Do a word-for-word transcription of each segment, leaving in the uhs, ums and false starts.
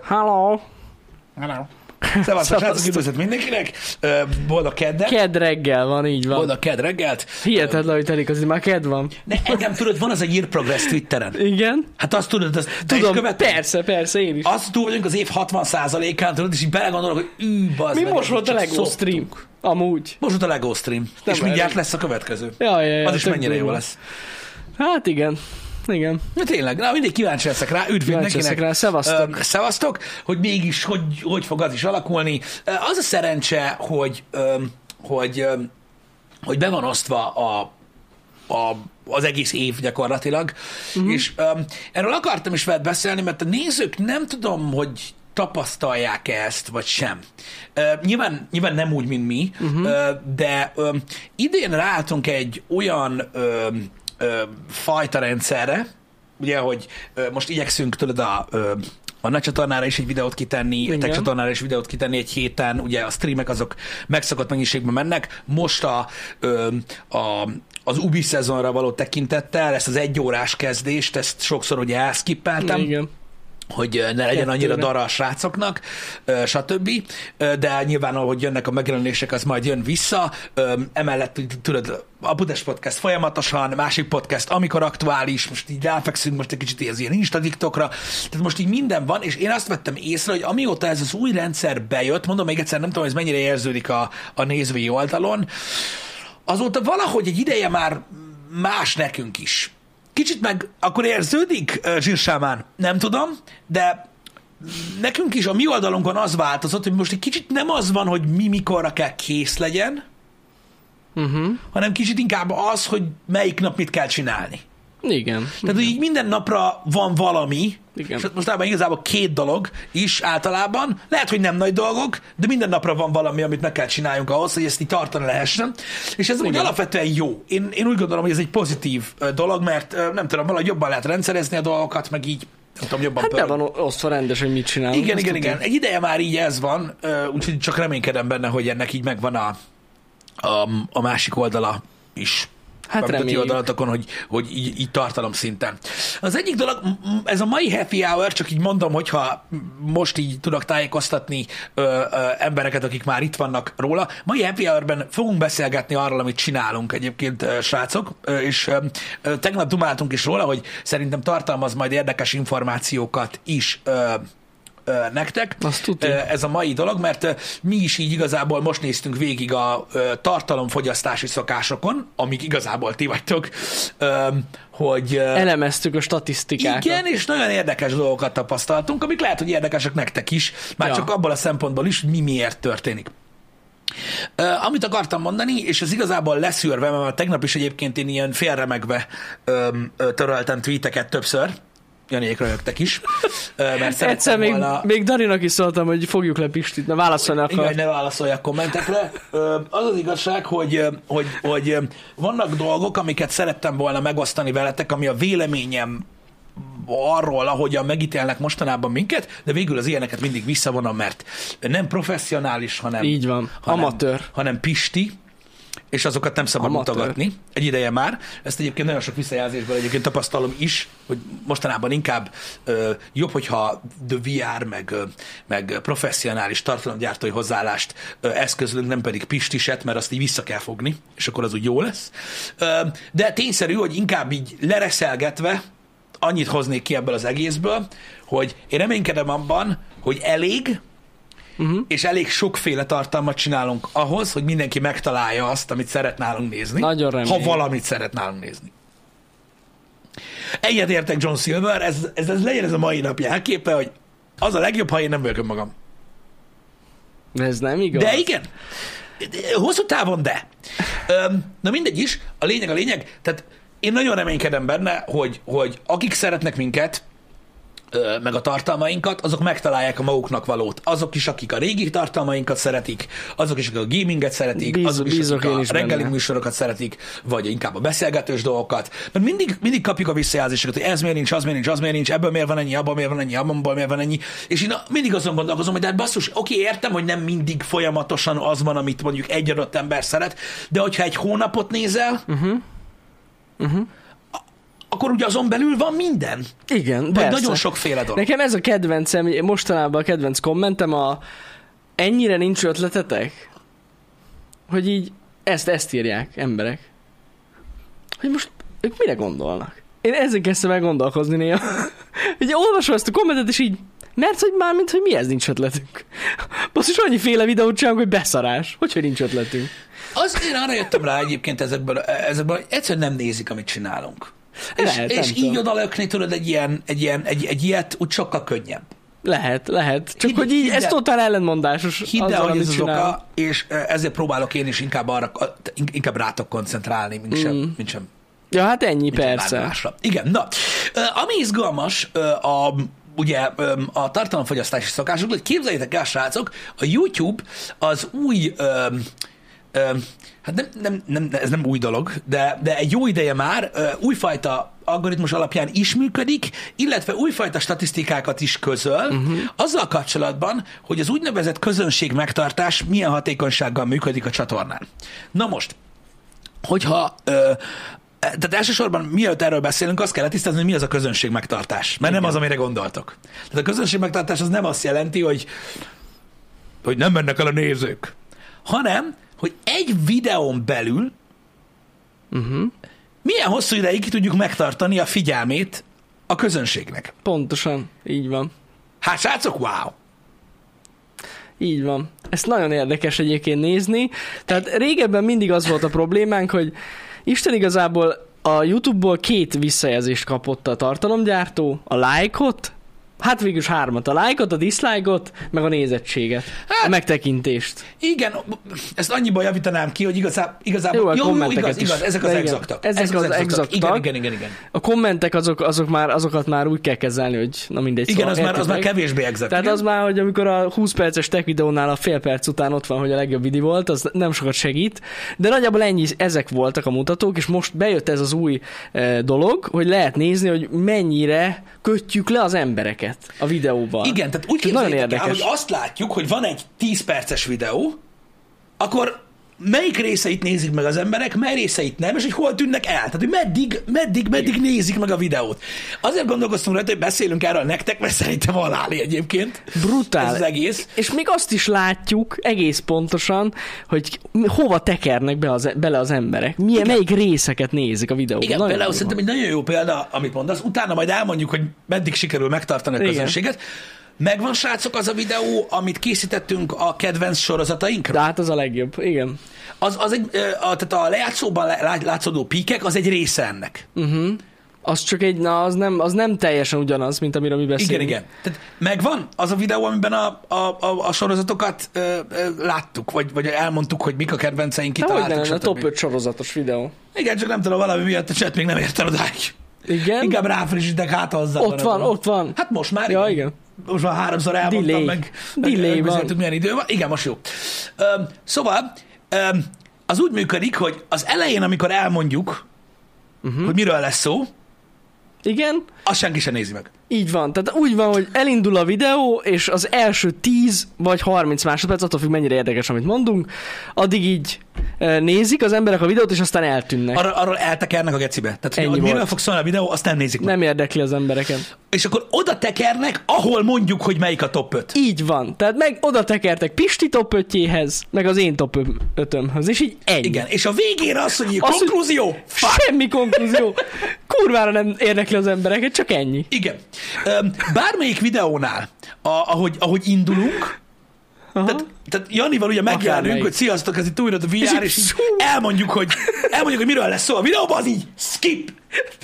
Hello! Hello! Szevasztok, srácok, üdvözlet mindenkinek! Boldog keddet! Kedd reggel van, így van. Boldog kedd reggelt! Hihetetlen, hogy telik, azért már kedd van. Ne, engem tudod, van az egy Year Progress Twitteren. Igen? Hát azt tudod, azt Tudom, persze, persze, én is. Azt túl vagyunk az év hatvan százalékán, tudod, és így belegondolok, hogy ű, bazd Mi meg, most volt a Lego szoktunk. stream? Amúgy. Most volt a Lego stream. Nem és mindjárt erő. lesz a következő. Ja, ja, ja, az is tök mennyire jó durva. lesz. Hát igen. Igen. Ja, tényleg, na mindig kíváncsi leszek rá, üdv Kíváncsi mindenkinek. leszek rá, szevasztok. Öm, szevasztok, hogy mégis hogy, hogy fog az is alakulni. Ö, Az a szerencse, hogy, öm, hogy, öm, hogy be van osztva a, a, az egész év gyakorlatilag, uh-huh. és öm, erről akartam is veled beszélni, mert a nézők nem tudom, hogy tapasztalják ezt, vagy sem. Uh, nyilván, nyilván nem úgy, mint mi, uh-huh. uh, de um, idén ráálltunk egy olyan um, Ö, fajta rendszerre, ugye, hogy ö, most igyekszünk tudod a, ö, a nagy csatornára is egy videót kitenni, igen. A tech csatornára is videót kitenni egy héten, ugye a streamek azok megszokott mennyiségben mennek, most a, ö, a az Ubi szezonra való tekintettel, ezt az egyórás kezdést, ezt sokszor ugye elszkippeltem. Igen. Hogy ne legyen annyira dara a srácoknak, stb. De nyilván, ahogy jönnek a megjelenések, az majd jön vissza. Emellett, tudod, a Budapest Podcast folyamatosan, másik podcast, amikor aktuális, most így ráfekszünk most egy kicsit az ilyen Insta TikTokra, tehát most így minden van, és én azt vettem észre, hogy amióta ez az új rendszer bejött, mondom még egyszer, nem tudom, hogy ez mennyire érződik a, a nézői oldalon, azóta valahogy egy ideje már más nekünk is. Kicsit meg akkor érződik, Zsírsámán? Nem tudom, de nekünk is a mi oldalunkon az változott, hogy most egy kicsit nem az van, hogy mi mikorra kell kész legyen, uh-huh. hanem kicsit inkább az, hogy melyik nap mit kell csinálni. Igen. Tehát, igen. hogy így minden napra van valami, igen. és most ebben igazából két dolog is általában, lehet, hogy nem nagy dolgok, de minden napra van valami, amit meg kell csináljunk ahhoz, hogy ezt így tartani lehessen. És ez úgy alapvetően jó. Én, én úgy gondolom, hogy ez egy pozitív dolog, mert nem tudom, valahogy jobban lehet rendszerezni a dolgokat, meg így nem tudom, jobban hát be van osztva rendes, hogy mit csinálunk. Igen, igen, igen. Egy ideje már így ez van, úgyhogy csak reménykedem benne, hogy ennek így megvan a, a, a másik oldala is. Hát reméljük. Oldalatokon, hogy, hogy így, így tartalom szinten. Az egyik dolog, ez a mai happy hour, csak így mondom, hogyha most így tudok tájékoztatni ö, ö, embereket, akik már itt vannak róla, mai happy hourben fogunk beszélgetni arról, amit csinálunk egyébként, ö, srácok, ö, és ö, ö, tegnap dumáltunk is róla, hogy szerintem tartalmaz majd érdekes információkat is ö, nektek. Ez a mai dolog, mert mi is így igazából most néztünk végig a tartalomfogyasztási szokásokon, amik igazából ti vagytok, hogy... Elemeztük a statisztikákat. Igen, és nagyon érdekes dolgokat tapasztaltunk, amik lehet, hogy érdekesek nektek is, már ja. csak abból a szempontból is, hogy mi miért történik. Uh, amit akartam mondani, és ez igazából leszűrve, mert tegnap is egyébként én ilyen félremegve um, töröltem tweeteket többször, Janiék röhögtek is, mert egyszer még, volna... még Darinak is szóltam, hogy fogjuk le Pistit, ne válaszolni akar. Igen, ne válaszoljak kommentekre. Az az igazság, hogy, hogy, hogy vannak dolgok, amiket szerettem volna megosztani veletek, ami a véleményem arról, ahogyan megítélnek mostanában minket, de végül az ilyeneket mindig visszavonom, mert nem professzionális, hanem, így van. hanem, amatőr. hanem pisti, és azokat nem szabad amatőr. mutogatni. Egy ideje már. Ezt egyébként nagyon sok visszajelzésből egyébként tapasztalom is, hogy mostanában inkább ö, jobb, hogyha The vé er, meg, ö, meg professzionális tartalomgyártói hozzáállást ö, eszközlünk, nem pedig pistiset, mert azt így vissza kell fogni, és akkor az úgy jó lesz. Ö, de tényszerű, hogy inkább így lereszelgetve annyit hoznék ki ebből az egészből, hogy én reménykedem abban, hogy elég, Uh-huh. és elég sokféle tartalmat csinálunk ahhoz, hogy mindenki megtalálja azt, amit szeret nálunk nézni. Nagyon remélem. Ha valamit szeret nálunk nézni. Egyetértek John Silver, ez, ez, ez legyen ez a mai nap jelképe, hogy az a legjobb, ha én nem vagyok önmagam. Ez nem igaz. De igen. Hosszú távon de. Na mindegy is, a lényeg a lényeg, tehát én nagyon reménykedem benne, hogy, hogy akik szeretnek minket, meg a tartalmainkat, azok megtalálják a maguknak valót. Azok is, akik a régi tartalmainkat szeretik, azok is, akik a gaminget szeretik, Bíz, azok is, akik a reggeli benne. műsorokat szeretik, vagy inkább a beszélgetős dolgokat. Mert mindig, mindig kapjuk a visszajelzéseket, hogy ez miért nincs, az miért nincs, az miért nincs, ebből miért van ennyi, abban miért van ennyi, abban miért van ennyi. És én mindig azon gondolkozom, hogy de hát basszus, oké, értem, hogy nem mindig folyamatosan az van, amit mondjuk egy adott ember szeret, de hogyha egy hónapot nézel, uh-huh. Uh-huh. akkor ugye azon belül van minden. Igen, Vagy persze. nagyon sokféle dolog. Nekem ez a kedvencem, mostanában a kedvenc kommentem a ennyire nincs ötletetek, hogy így ezt, ezt írják emberek. Hogy most ők mire gondolnak? Én ezen kezdtem el gondolkozni néha. Ugye olvasom ezt a kommentet, és így, mert hogy már, mint hogy mi ez nincs ötletünk. Basszus, annyiféle videót csinálunk, hogy beszarás. Hogy, hogy nincs ötletünk? Az, én arra jöttem rá egyébként ezekből, ezekből hogy egyszerűen nem nézik, amit csinálunk. Lehet, és és tudom. így odalökni tudod egy, ilyen, egy, ilyen, egy, egy ilyet, úgy sokkal könnyebb. Lehet, lehet. Csak Hidd- hogy így, hidd ez el- totál ellentmondásos Hidd el, azzal, hogy amit ez az csinálunk. oka, és ezért próbálok én is inkább arra, inkább rátok koncentrálni, mint sem, mm. mint sem Ja, hát ennyi, mint sem persze. bármásra. Igen, na, ami izgalmas, a, ugye a tartalomfogyasztási szokások, hogy képzeljétek el, srácok, a YouTube az új, ö, ö, hát nem, nem, nem, ez nem új dolog, de, de egy jó ideje már ö, újfajta algoritmus alapján is működik, illetve újfajta statisztikákat is közöl, uh-huh. azzal kapcsolatban, hogy az úgynevezett közönség megtartás milyen hatékonysággal működik a csatornán. Na most, hogyha ö, tehát elsősorban, mielőtt erről beszélünk, azt kell tisztázni, hogy mi az a közönség megtartás. Mert Igen. nem az, amire gondoltok. Tehát a közönség megtartás az nem azt jelenti, hogy, hogy nem mennek el a nézők, hanem, hogy egy videón belül Uh-huh. milyen hosszú ideig tudjuk megtartani a figyelmét a közönségnek. Pontosan, így van. Hát srácok, wow! Így van. Ezt nagyon érdekes egyébként nézni. Tehát régebben mindig az volt a problémánk, hogy Isten igazából a YouTube-ból két visszajelzést kapott a tartalomgyártó, a like-ot, hát végülis hármat, a like-ot, a dislike-ot, meg a nézettséget, hát, a megtekintést. Igen, ezt annyiban javítanám ki, hogy igazá, igazából... Jó, a jó, jó, kommenteket igaz, is. igaz, ezek az De igen, exaktak. Ezek, ezek az, az exaktak. Igen, igen, igen, igen. A kommentek azok, azok már, azokat már úgy kell kezelni, hogy na mindegy. Igen, szóval az, már, az már meg. kevésbé exakt. Tehát igen? az már, hogy amikor a húsz perces tech videónál a fél perc után ott van, hogy a legjobb videó volt, az nem sokat segít, de nagyjából ennyi, ezek voltak a mutatók, és most bejött ez az új e, dolog, hogy lehet nézni, hogy mennyire kötjük le az embereket a videóval. Igen, tehát úgy képzeljétek el, hogy azt látjuk, hogy van egy tíz perces videó, akkor melyik részeit nézik meg az emberek, mely részeit nem, és hogy hol tűnnek el. Tehát, hogy meddig, meddig, meddig nézik meg a videót. Azért gondolkoztunk rá, hogy beszélünk erről nektek, mert szerintem haláli egyébként. Brutál. Ez az egész. És még azt is látjuk egész pontosan, hogy hova tekernek be az, bele az emberek. Milyen, melyik részeket nézik a videóban. Igen, nagyon például szerintem egy nagyon jó példa, amit mondasz. Utána majd elmondjuk, hogy meddig sikerül megtartani a Igen. közönséget. Megvan, srácok, az a videó, amit készítettünk a kedvenc sorozatainkra? De hát az a legjobb, igen. Az, az egy, a, tehát a lejátszóban látszódó píkek, az egy része ennek. Uh-huh. Az csak egy, na, az nem, az nem teljesen ugyanaz, mint amiről mi beszélünk. Igen, igen. Tehát megvan az a videó, amiben a, a, a, a sorozatokat ö, ö, láttuk, vagy, vagy elmondtuk, hogy mik a kedvenceink, Hát, hogy kitaláltuk, lenne a top stb. öt sorozatos videó. Igen, csak nem tudom, valami miatt a chat még nem ért el odáig. Igen? Inkább ráfrissítek hát hozzá. Ott van, ott van. Hát most már. Ja, igen. igen. Most már háromszor elmondtam, Delay. meg, Delay meg van. milyen idő van. Igen, most jó. Öm, szóval, öm, az úgy működik, hogy az elején, amikor elmondjuk, uh-huh. hogy miről lesz szó, Igen? azt senki sem nézi meg. Így van. Tehát úgy van, hogy elindul a videó, és az első tíz vagy harminc másodperc, attól függ, mennyire érdekes, amit mondunk, addig így e, nézik az emberek a videót, és aztán eltűnnek. Arról, arról eltekernek a gecibe. Tehát, hogy, Ennyi hogy miről volt. fog szólni a videó, azt nem nézik meg. Nem érdekli az embereket. És akkor oda tekernek, ahol mondjuk, hogy melyik a top öt. Így van. Tehát meg oda tekertek Pisti top ötjéhez, meg az én top ötömhöz, és így ennyi. Igen, és a végén az, hogy Az, hogy konklúzió, fuck. Semmi konklúzió. Kurvára nem érdekli az embereket, csak ennyi. Igen. Öm, Bármelyik videónál, a, ahogy, ahogy indulunk, tehát, tehát Janival ugye megjelenünk, Akármelyik. hogy sziasztok, ez itt újra a vé er, és, És így így szú. elmondjuk, hogy, elmondjuk, hogy miről lesz szó a videóban, az így skip.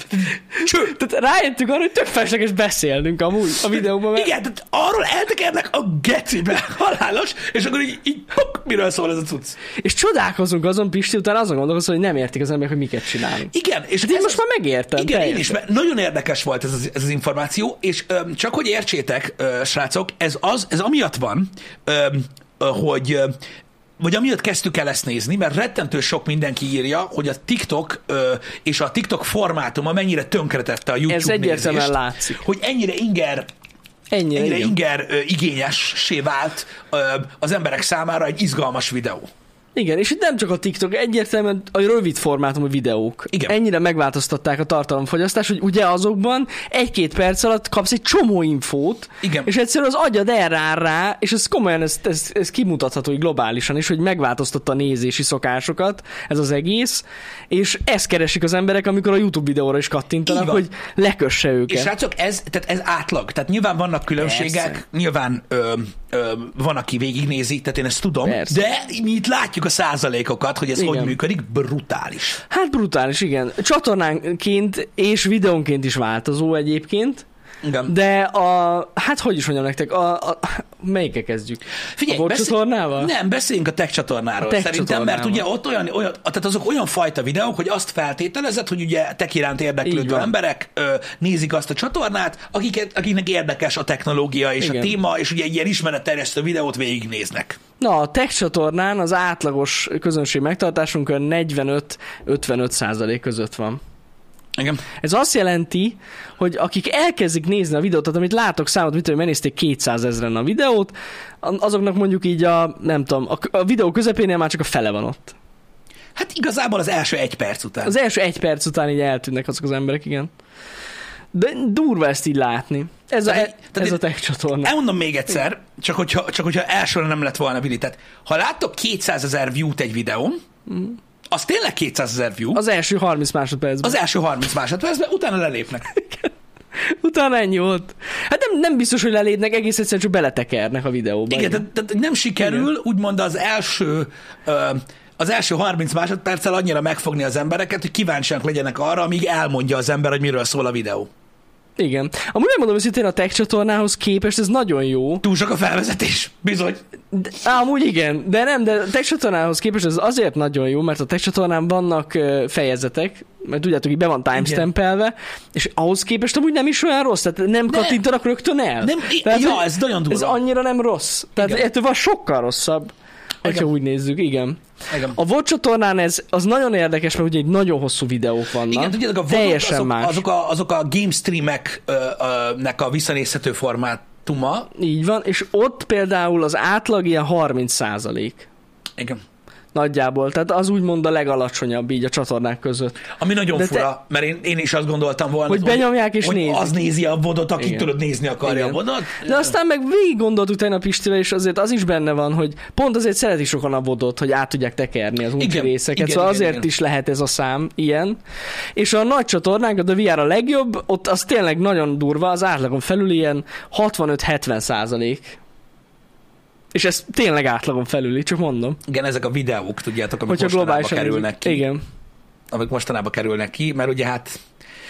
Cső. Tehát rájöttünk arra, hogy tök felesleges beszélnünk amúgy a videóban. Mert... Igen, tehát arról eltekernek a gecibe, halálos, és akkor így, így pok, miről szól ez a cucc. És csodálkozunk azon, Pisti, utána azon gondolkozunk, hogy nem értik az emberek, hogy miket csinálunk. Igen, és Hát én ez most az- már megértem. Igen, én teljesen. is, mert nagyon érdekes volt ez az, ez az információ, és öm, csak hogy értsétek, ö, srácok, ez az, ez amiatt van, öm, ö, hogy ö, vagy amiatt kezdtük el ezt nézni, mert rettentő sok mindenki írja, hogy a TikTok ö, és a TikTok formátuma mennyire tönkretette a YouTube Ez egyértelműen nézést, látszik. hogy ennyire inger Ennyi, ennyire igen. inger ö, igényessé vált ö, az emberek számára egy izgalmas videó. Igen, és itt nem csak a TikTok, egyértelműen a rövid formátumú videók. Igen. Ennyire megváltoztatták a tartalomfogyasztást, hogy ugye azokban egy-két perc alatt kapsz egy csomó infót, Igen. és egyszerűen az agyad elrár rá, és ez komolyan, ez, ez, ez kimutatható hogy globálisan is, hogy megváltoztatta a nézési szokásokat ez az egész, és ezt keresik az emberek, amikor a YouTube videóra is kattintanak, hogy lekösse őket. És srácok, ez, tehát ez átlag. Tehát nyilván vannak különbségek, Persze. nyilván ö, ö, van, aki végignézi, tehát én ezt tudom, Persze. de mi itt látjuk a százalékokat, hogy ez Igen. hogy működik, brutális. Hát brutális, igen. Csatornánként és videónként is változó egyébként, Igen. de a, hát hogy is mondjam nektek, a, a melyikkel kezdjük? Figyelj, a Volt beszél... csatornával? Nem, beszéljünk a tech csatornáról A tech szerintem, mert csatornával. ugye ott olyan, olyan, tehát azok olyan fajta videók, hogy azt feltételezed, hogy ugye tech iránt Így érdeklődő van. emberek ö, nézik azt a csatornát, akiket, akiknek érdekes a technológia és Igen. a téma, és ugye egy ilyen ismeretterjesztő videót végignéznek. Na, a tech csatornán az átlagos közönség megtartásunk olyan negyvenöt-ötvenöt százalék között van. Igen. Ez azt jelenti, hogy akik elkezdik nézni a videót, tehát amit látok számot, mit tudom, megnézték kétszázezren a videót, azoknak mondjuk így a, nem tudom, a, a videó közepénél már csak a fele van ott. Hát igazából az első egy perc után. Az első egy perc után így eltűnnek azok az emberek, igen. De durva ezt így látni. Ez a, Tehát- ez tehát a én- tech csatorna. Elmondom még egyszer, csak hogyha, csak hogyha elsőre nem lett volna Vili. Tehát, ha láttok kétszázezer view-t egy videón, az tényleg kétszázezer view, az, Az első harminc másodpercben. az első harminc másodpercben, utána lelépnek. Utána ennyi volt. Hát nem, nem biztos, hogy lelépnek, egész egyszerűen csak beletekernek a videóba. Igen, tehát, tehát nem sikerül, igen. úgymond az első... Ö, az első harminc másodperccel annyira megfogni az embereket, hogy kíváncsiak legyenek arra, amíg elmondja az ember, hogy miről szól a videó. Igen. Amúgy megmondom őszintén, a tech csatornához képest ez nagyon jó. Túl sok a felvezetés, bizony. De, á, amúgy igen, de nem, de a tech csatornához képest ez azért nagyon jó, mert a tech csatornán vannak ö, fejezetek, mert tudjátok, hogy be van timestampelve, és ahhoz képest amúgy nem is olyan rossz, tehát nem De- kattintanak rögtön el. Nem, tehát, ja, hogy ez nagyon durva. ez annyira nem rossz. Tehát Igen. ettől van sokkal rosszabb, hogyha Igen. úgy nézzük, igen. Igen. A VOD csatornán ez az nagyon érdekes, mert ugye egy nagyon hosszú videók vannak. Igen, tudjátok, a vodok, teljesen azok, más. azok, a, azok a game streamek-nek a visszanézhető formátuma. Így van, és ott például az átlag ilyen harminc százalék. Igen. Nagyjából, tehát az úgymond a legalacsonyabb így a csatornák között. Ami nagyon De fura, te- mert én, én is azt gondoltam volna, Hogy benyomják és hogy nézik. az nézi a vodot, aki Igen. tudod nézni akarja Igen. a vodot. De aztán meg végig gondoltuk tegnap Pistivel, és azért az is benne van, hogy pont azért szereti sokan a vodot, hogy át tudják tekerni az úti Igen, részeket, igen, szóval igen, azért igen. is lehet ez a szám ilyen. És a nagy csatornánk, a The vé er a legjobb, ott az tényleg nagyon durva, az átlagon felül ilyen hatvanöt-hetven százalék. És ez tényleg átlagon felüli, csak mondom. Igen, ezek a videók, tudjátok, amik Hogyha mostanában globálisan kerülnek nézzük. ki. Igen. Amik mostanában kerülnek ki, mert ugye hát...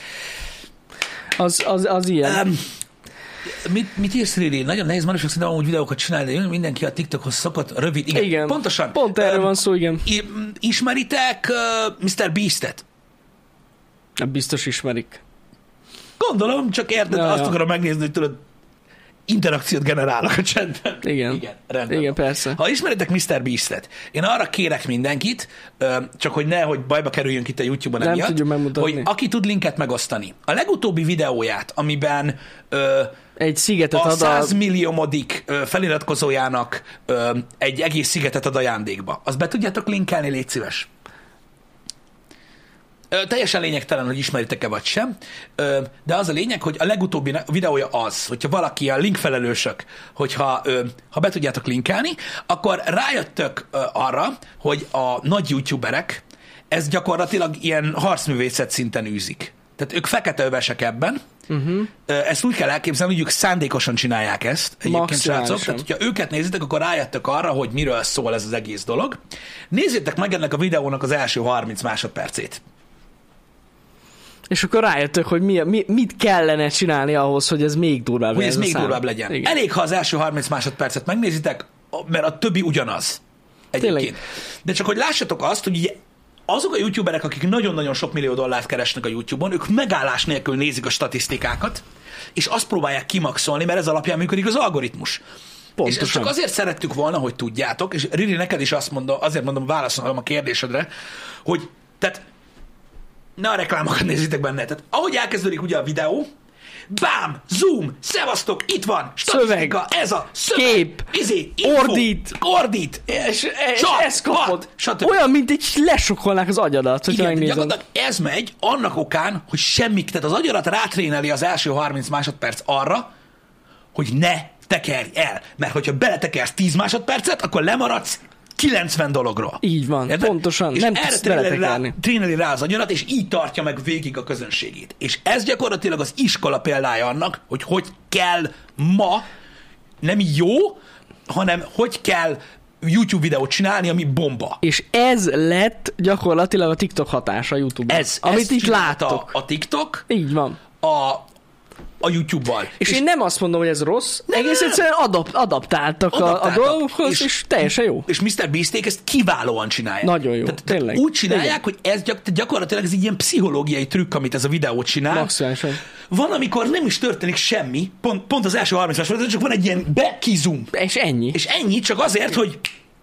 Az, az, az ilyen. Um, mit, mit írsz, Riri? Nagyon nehéz manapság szerintem amúgy videókat csinálni, de mindenki a TikTokhoz szokott, rövid. Igen, Igen. pontosan. Pont erről Öm, van szó, igen. i- Ismeritek uh, miszter Beastet? Nem biztos ismerik. Gondolom, csak érted, Ja, azt ja. akarom megnézni, hogy tudod, interakciót generálnak a chatben. Igen. Igen, rendben. Igen, persze. Ha ismeritek miszter Beastet, én arra kérek mindenkit, ö, csak hogy nehogy bajba kerüljünk itt a YouTube-on Nem emiatt, tudjuk megmutatni. hogy aki tud linket megosztani. A legutóbbi videóját, amiben ö, Egy szigetet a ad a... száz milliómodik ö, feliratkozójának ö, egy egész szigetet ad ajándékba. Azt be tudjátok linkelni, légy szíves. Ö, teljesen lényegtelen, hogy ismeritek-e vagy sem, ö, de az a lényeg, hogy a legutóbbi ne- videója az, hogyha valaki a linkfelelősök, hogyha ö, ha be tudjátok linkelni, akkor rájöttök ö, arra, hogy a nagy youtuberek ez gyakorlatilag ilyen harcművészet szinten űzik. Tehát ők feketővesek ebben. Uh-huh. Ezt úgy kell elképzelni, hogy ők szándékosan csinálják ezt egyébként, srácok. Tehát, hogyha őket nézitek, akkor rájöttök arra, hogy miről szól ez az egész dolog. Nézzétek meg ennek a videónak az első harminc másodpercét. És akkor rájöttök, hogy mi, mi, mit kellene csinálni ahhoz, hogy ez még durvább Hogy legyen. ez a még szám. durvább legyen. Igen. Elég, ha az első harminc másodpercet megnézitek, mert a többi ugyanaz. Egyébként. Tényleg. De csak hogy lássatok azt, hogy ugye azok a youtuberek, akik nagyon-nagyon sok millió dollárt keresnek a YouTube-on, ők megállás nélkül nézik a statisztikákat, és azt próbálják kimaxolni, mert ez alapján működik az algoritmus. Pontosan. És ezt csak azért szerettük volna, hogy tudjátok, és Riri, neked is azt mondom, azért mondom, válaszolom a kérdésedre, hogy tehát ne a reklámokat nézzétek benne. Tehát ahogy elkezdődik ugye a videó, Bám, zoom, szevasztok, itt van, statisztika, szöveg, ez a szöveg, kép, izé, info, ordít, ordít, és, és csat, ezt kapod. Pat, olyan, mint egy lesokolnák az agyadat, hogy igen, megnézem. gyakorlatilag ez megy annak okán, hogy semmik, tehát az agyadat rátréneli az első harminc másodperc arra, hogy ne tekerj el. Mert hogyha beletekersz tíz másodpercet, akkor lemaradsz kilencven dologról. Így van, érted? pontosan. És nem erre tudsz tréneli rá, beletekerni. tréneli rá az agyadat, és így tartja meg végig a közönségét. És ez gyakorlatilag az iskola példája annak, hogy hogy kell ma nem jó, hanem hogy kell YouTube videót csinálni, ami bomba. És ez lett gyakorlatilag a TikTok hatása a YouTube-on. Ez, amit ezt itt csinálta láttok. a TikTok Így van. a, a YouTube-val. És, és én nem azt mondom, hogy ez rossz, nem, egész egyszerűen adap- adaptáltak, adaptáltak a, a dolgokhoz, és, és, és teljesen jó. És miszter Beasték ezt kiválóan csinálják. Nagyon jó, tehát, tényleg. Tehát úgy csinálják, igen. hogy ez gyak, gyakorlatilag ez egy ilyen pszichológiai trükk, amit ez a videót csinál. Maximálisan. Van, amikor nem is történik semmi, pont, pont az első harminc másodperc, csak van egy ilyen be-kizum. És ennyi. És ennyi, csak azért, hogy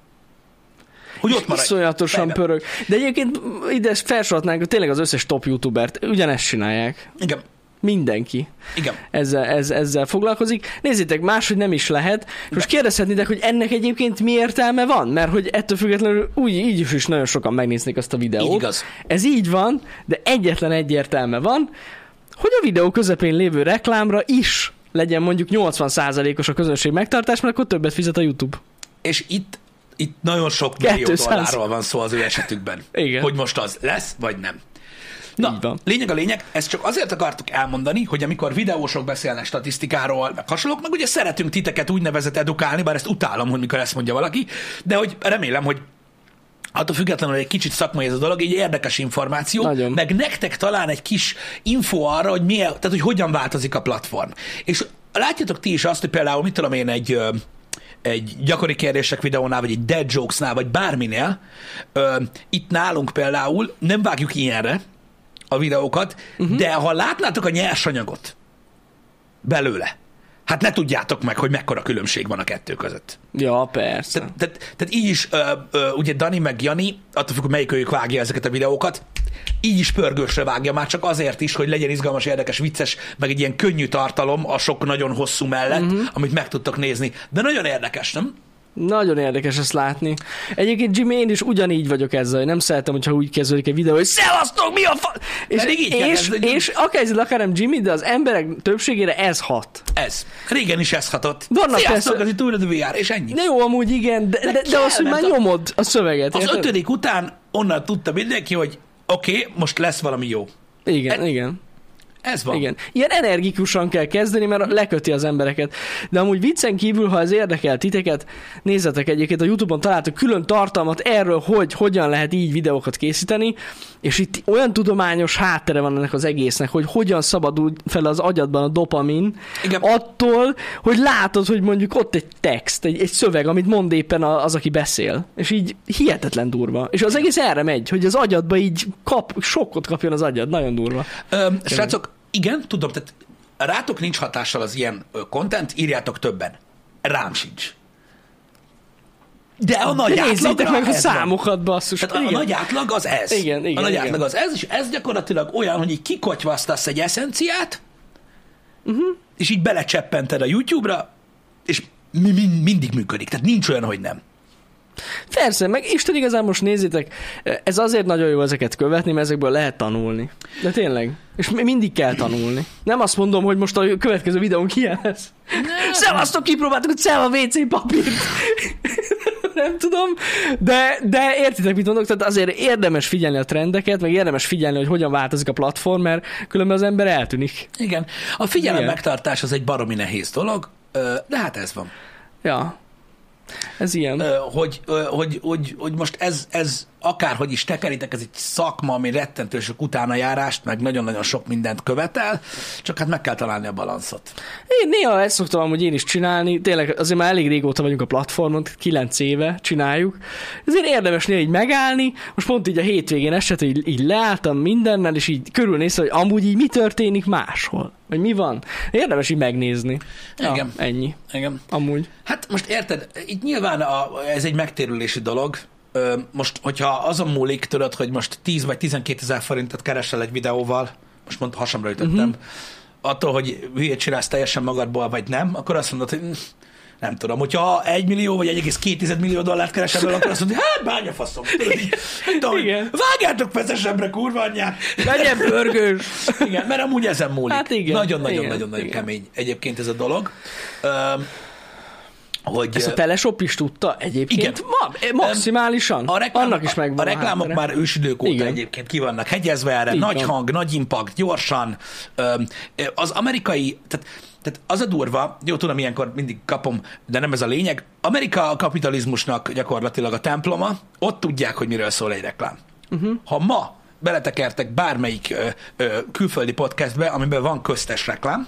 hogy ott maradj. Iszonyatosan Fejben. pörög. De egyébként ide felsorolhatnánk, hogy tényleg az összes top youtubert ugyanezt csinálják. Igen. Mindenki Igen. ezzel, ez, ezzel foglalkozik. Nézzétek, máshogy nem is lehet. Most kérdezhetnétek, hogy ennek egyébként mi értelme van? Mert hogy ettől függetlenül úgy, így is, is nagyon sokan megnéznék azt a videót. Így igaz. Ez így van, de egyetlen egy értelme van, hogy a videó közepén lévő reklámra is legyen mondjuk nyolcvan százalékos a közönség megtartás, mert akkor többet fizet a YouTube. És itt, itt nagyon sok millió kétszáz dollárról van szó az ő esetükben. Igen. Hogy most az lesz, vagy nem. Na, lényeg a lényeg, ezt csak azért akartuk elmondani, hogy amikor videósok beszélnek statisztikáról, meg hasonlók, meg ugye szeretünk titeket úgynevezett edukálni, bár ezt utálom, hogy mikor ezt mondja valaki, de hogy remélem, hogy attól függetlenül, hogy egy kicsit szakmai ez a dolog, így érdekes információ, nagyon. Meg nektek talán egy kis info arra, hogy milyen, tehát hogy hogyan változik a platform. És látjátok ti is azt, hogy például, mit tudom én, egy egy gyakori kérdések videónál, vagy egy dead jokesnál, vagy bárminél, itt nálunk például nem vágjuk ilyenre a videókat, uh-huh. de ha látnátok a nyersanyagot belőle, hát ne tudjátok meg, hogy mekkora különbség van a kettő között. Ja, persze. Tehát, tehát, tehát így is, ö, ö, ugye Dani meg Jani, attól függ, hogy melyik őjük vágja ezeket a videókat, így is pörgősre vágja, már csak azért is, hogy legyen izgalmas, érdekes, vicces, meg egy ilyen könnyű tartalom a sok nagyon hosszú mellett, uh-huh. amit meg tudtok nézni. De nagyon érdekes, nem? Nagyon érdekes ezt látni. Egyébként Jimmy, én is ugyanígy vagyok ezzel, hogy nem szeretem, hogyha úgy kezdődik egy videó, hogy szevasztok, mi a fa... És, és, és akár ez akár nem Jimmy, de az emberek többségére ez hat. Ez. Régen is ez hatott. Vannak Sziasztok, persze... ez itt újra vé er, és ennyi. De jó, amúgy igen, de, de, de, de az, hogy már nyomod a szöveget. Az érted? ötödik után onnan tudta mindenki, hogy oké, okay, most lesz valami jó. Igen, e- igen. Ez van. Igen. Ilyen energikusan kell kezdeni, mert leköti az embereket. De amúgy viccen kívül, ha ez érdekel titeket, nézzetek egyébként, a YouTube-on találtok külön tartalmat erről, hogy hogyan lehet így videókat készíteni, és itt olyan tudományos háttere van ennek az egésznek, hogy hogyan szabadul fel az agyadban a dopamin, igen. attól, hogy látod, hogy mondjuk ott egy text, egy, egy szöveg, amit mond éppen az, aki beszél. És így hihetetlen durva. És az egész erre megy, hogy az agyadba így kap, sokkot kapjon az agyad. Nagyon durva. Öm, srácok, igen, tudom, tehát rátok nincs hatással az ilyen content, írjátok többen. Rám sincs. De a nagy átlagra meg a számokat, basszus. Tehát a, a nagy átlag az ez. Igen, igen, a nagy igen. átlag az ez, és ez gyakorlatilag olyan, hogy így kikotyvasztasz egy eszenciát, uh-huh. és így belecseppented a YouTube-ra, és mi, mi, mindig működik. Tehát nincs olyan, hogy nem. Persze, meg Isten igazán most nézzétek, ez azért nagyon jó ezeket követni, mert ezekből lehet tanulni. De tényleg. És mindig kell tanulni. Nem azt mondom, hogy most a következő videónk ilyen lesz. Szevasztok, kipróbáltuk a Ceva vé cé papírt. Nem tudom, de, de értitek, mit mondok? Tehát azért érdemes figyelni a trendeket, meg érdemes figyelni, hogy hogyan változik a platform, mert különben az ember eltűnik. Igen. A figyelem Igen. megtartás az egy baromi nehéz dolog, de hát ez van. Ja. Ez ilyen. Hogy, hogy, hogy, hogy most ez, ez akárhogy is tekeritek, ez egy szakma, ami rettentő sok utánajárást, meg nagyon-nagyon sok mindent követel, csak hát meg kell találni a balanszot. Én néha ezt szoktam amúgy én is csinálni, tényleg azért már elég régóta vagyunk a platformon, kilenc éve csináljuk, ezért érdemes néha így megállni, most pont így a hétvégén eset, hogy így leálltam mindennel, és így körülnéztem, hogy amúgy így mi történik máshol, vagy mi van. Érdemes így megnézni. Igen. Ja, ennyi. Igen. Amúgy. Hát most érted, itt nyilván a, ez egy megtérülési dolog. Most, hogyha azon múlik, tudod, hogy most tíz vagy tizenkét ezer forintot keresel egy videóval, most mondta, hasamra ütöttem, attól, hogy hülyét csinálsz teljesen magadból, vagy nem, akkor azt mondod, hogy hm, nem tudom, hogyha egy millió vagy egy egész két millió dollárt keres ebből, akkor azt mondod, hogy hát bánja faszom. Vágjátok feszesebbre, kurva anyját. Legyen pörgős. Igen, mert amúgy ezen múlik. Hát igen. Nagyon-nagyon-nagyon kemény egyébként ez a dolog. Öm, hogy... Ezt a Teleshop is tudta egyébként? Igen. Ma, maximálisan. A reklámok, Annak is megvan a reklámok a már ősidők óta igen. egyébként ki vannak hegyezve erre. Így nagy van. Hang, nagy impact, gyorsan. Az amerikai... Tehát, tehát az a durva, jó tudom, ilyenkor mindig kapom, de nem ez a lényeg. Amerika a kapitalizmusnak gyakorlatilag a temploma, ott tudják, hogy miről szól egy reklám. Uh-huh. Ha ma beletekertek bármelyik ö, ö, külföldi podcastbe, amiben van köztes reklám,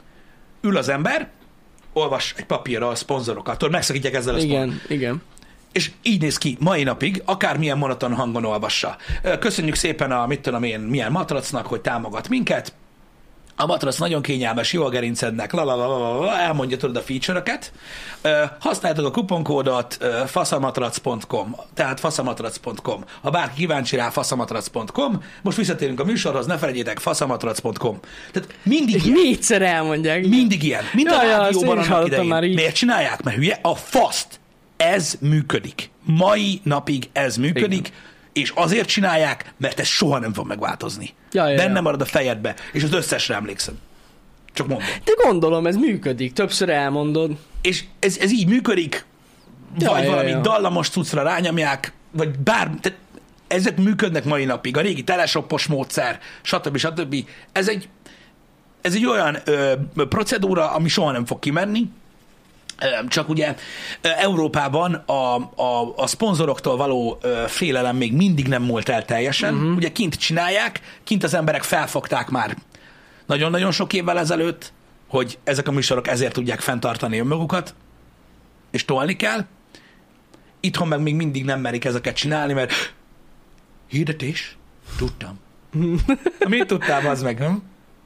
ül az ember, olvas egy papírra a szponzorokat, tudod, megszakítják ezzel a igen, szponzor. igen. És így néz ki mai napig, akármilyen monoton hangon olvassa. Köszönjük szépen a, mit tudom én, milyen matracnak, hogy támogat minket. A matrac nagyon kényelmes, jó a gerincednek, lalalala, elmondja tudod a feature-öket. Használjátok a kuponkódot faszamatrac pont com, tehát faszamatrac pont com. Ha bárki kíváncsi rá, faszamatrac pont com. Most visszatérünk a műsorhoz, ne felejtjétek, faszamatrac pont com. Tehát mindig ilyen. Négyszer elmondják. Mindig ilyen. Mind a rádióban annak idején. Már így. Miért csinálják? Mert hülye? A faszt. Ez működik. Mai napig ez működik. Igen. És azért csinálják, mert ez soha nem fog megváltozni. Ja, ja, Benne ja. marad a fejedbe, és az összesre emlékszem. Csak mondom. De gondolom, ez működik, többször elmondod. És ez, ez így működik, ja, vagy ja, valami ja. dallamos cuccra rányomják, vagy bár... Tehát ezek működnek mai napig, a régi teleshopos módszer, stb. stb. Ez egy, ez egy olyan ö, procedúra, ami soha nem fog kimenni, csak ugye Európában a, a, a szponzoroktól való félelem még mindig nem múlt el teljesen. Uh-huh. Ugye kint csinálják, kint az emberek felfogták már nagyon-nagyon sok évvel ezelőtt, hogy ezek a műsorok ezért tudják fenntartani önmagukat, és tolni kell. Itthon meg még mindig nem merik ezeket csinálni, mert hirdetés? Tudtam. Mit tudtál, az meg, nem?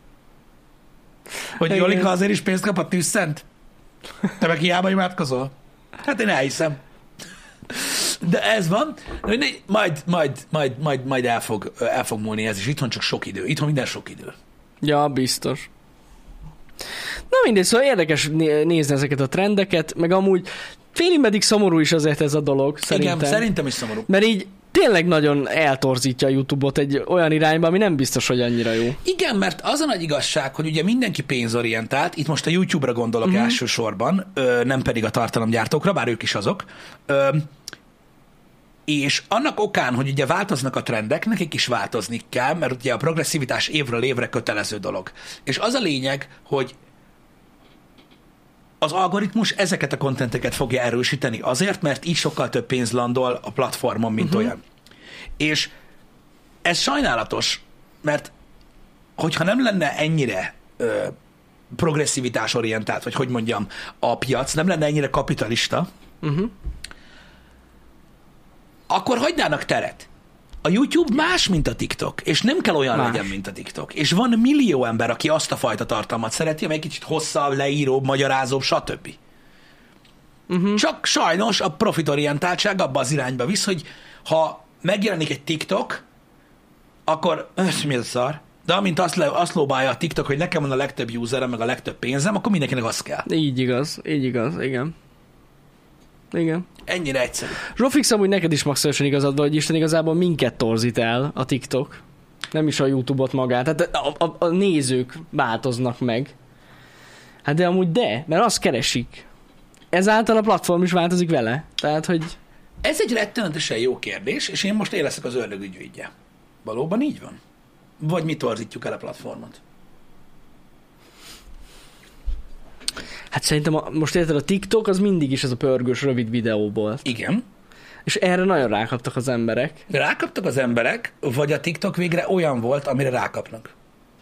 Hogy Jolika azért is pénzt kap a tűzszent? Te meg hiába imádkozol? Hát én elhiszem. De ez van. Majd, majd, majd, majd, majd el, fog, el fog múlni ez is. Itthon csak sok idő. Itthon minden sok idő. Ja, biztos. Na mindegy, szóval érdekes nézni ezeket a trendeket, meg amúgy félig meddig szomorú is azért ez a dolog, szerintem. Igen, szerintem is szomorú. Mert így tényleg nagyon eltorzítja a YouTube-ot egy olyan irányba, ami nem biztos, hogy annyira jó. Igen, mert az a nagy igazság, hogy ugye mindenki pénzorientált, itt most a YouTube-ra gondolok uh-huh. elsősorban, nem pedig a tartalomgyártókra, bár ők is azok, és annak okán, hogy ugye változnak a trendek, nekik is változni kell, mert ugye a progresszivitás évről évre kötelező dolog. És az a lényeg, hogy az algoritmus ezeket a kontenteket fogja erősíteni azért, mert így sokkal több pénz landol a platformon, mint uh-huh. olyan. És ez sajnálatos, mert hogyha nem lenne ennyire ö, progresszivitás orientált, vagy hogy mondjam, a piac, nem lenne ennyire kapitalista, uh-huh. akkor hagynának teret. A YouTube más, mint a TikTok, és nem kell olyan más. legyen, mint a TikTok. És van millió ember, aki azt a fajta tartalmat szereti, amely kicsit hosszabb, leíróbb, magyarázóbb, stb. Uh-huh. Csak sajnos a profitorientáltság abba az irányba visz, hogy ha megjelenik egy TikTok, akkor mi ez a szar? De amint azt, le, azt lóbálja a TikTok, hogy nekem van a legtöbb userem, meg a legtöbb pénzem, akkor mindenkinek az kell. Így igaz, így igaz, igen. Igen. Ennyire egyszerű. Zsófix, amúgy neked is maximálisan igazad van, hogy Isten igazából minket torzít el a TikTok. Nem is a YouTube-ot magát. Tehát a, a, a nézők változnak meg. Hát de amúgy de, mert azt keresik. Ezáltal a platform is változik vele. Tehát, hogy... Ez egy rettenetesen jó kérdés, és én most én leszek az ördög ügyvédje. Valóban így van? Vagy mi torzítjuk el a platformot? Hát szerintem a, most érted, a TikTok az mindig is ez a pörgős rövid videó volt. Igen. És erre nagyon rákaptak az emberek. Rákaptak az emberek, vagy a TikTok végre olyan volt, amire rákapnak?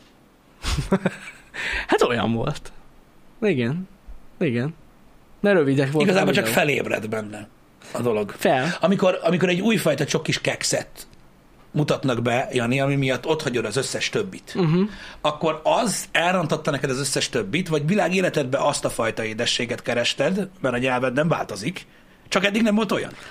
Hát olyan volt. Igen. Igen. Mert rövidek voltak. Igazából csak felébred benne a dolog. Fel. Amikor, amikor egy újfajta csokis kekszet mutatnak be, Jani, ami miatt ott hagyod az összes többit, uh-huh. akkor az elrontotta neked az összes többit, vagy világ életedben azt a fajta édességet kerested, mert a nyelved nem változik, csak eddig nem volt olyan.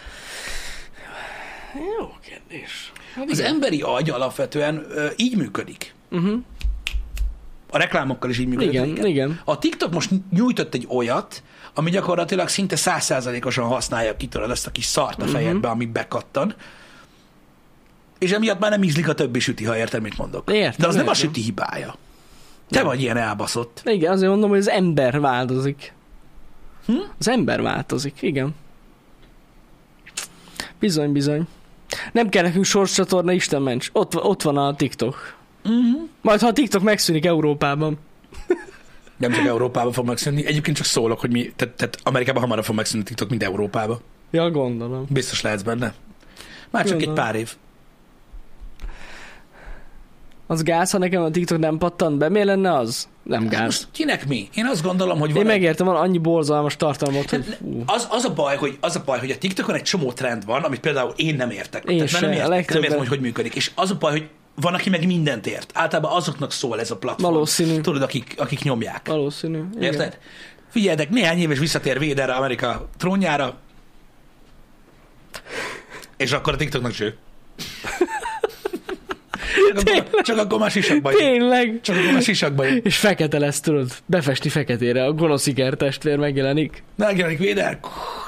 Jó kérdés. Hát az igen. emberi agy alapvetően ö, így működik. Uh-huh. a reklámokkal is így működik. Igen, igen. A TikTok most nyújtott egy olyat, ami gyakorlatilag szinte száz százalékosan használja ki tudod ezt a kis szart a fejedbe, uh-huh. ami bekattan. És emiatt már nem ízlik a többi süti, ha érted, mit mondok. Értem, De az értem. nem a süti hibája. Te nem. vagy ilyen elbaszott. Igen, azért mondom, hogy az ember változik. Hm? Az ember változik, igen. Bizony, bizony. Nem kell nekünk sorscsatorna, Isten ments. Ott, ott van a TikTok. Uh-huh. Majd ha a TikTok megszűnik Európában. Nem csak Európában fog megszűnni. Egyébként csak szólok, hogy mi, tehát, tehát Amerikában hamarabb fog megszűnni TikTok, mint Európában. Ja, gondolom. Biztos lehetsz benne. Már csak Gondolom. egy pár év. Az gáz, ha nekem a TikTok nem pattant be, miért lenne az? Nem gáz. Most kinek mi? Én azt gondolom, hogy van Én egy... megértem, van annyi borzalmas tartalmat, hogy... Fú. Az, az, a baj, hogy, az a baj, hogy a TikTokon egy csomó trend van, amit például én nem értek. Én Tehát, sem, nem, a értek, legtöbben. nem értem, hogy hogy működik. És az a baj, hogy van, aki meg mindent ért. Általában azoknak szól ez a platform. Valószínű. Tudod, akik, akik nyomják. Valószínű. Igen. Érted? Figyeljetek, néhány év és visszatér Vader Amerika trónjára, és akkor a TikToknak cső. Csak akkor, csak akkor már sisakba jön. Tényleg. Csak akkor már sisakba jön. És fekete lesz, tudod, befesti feketére, a gonosz ikertestvér megjelenik. Megjelenik Vader.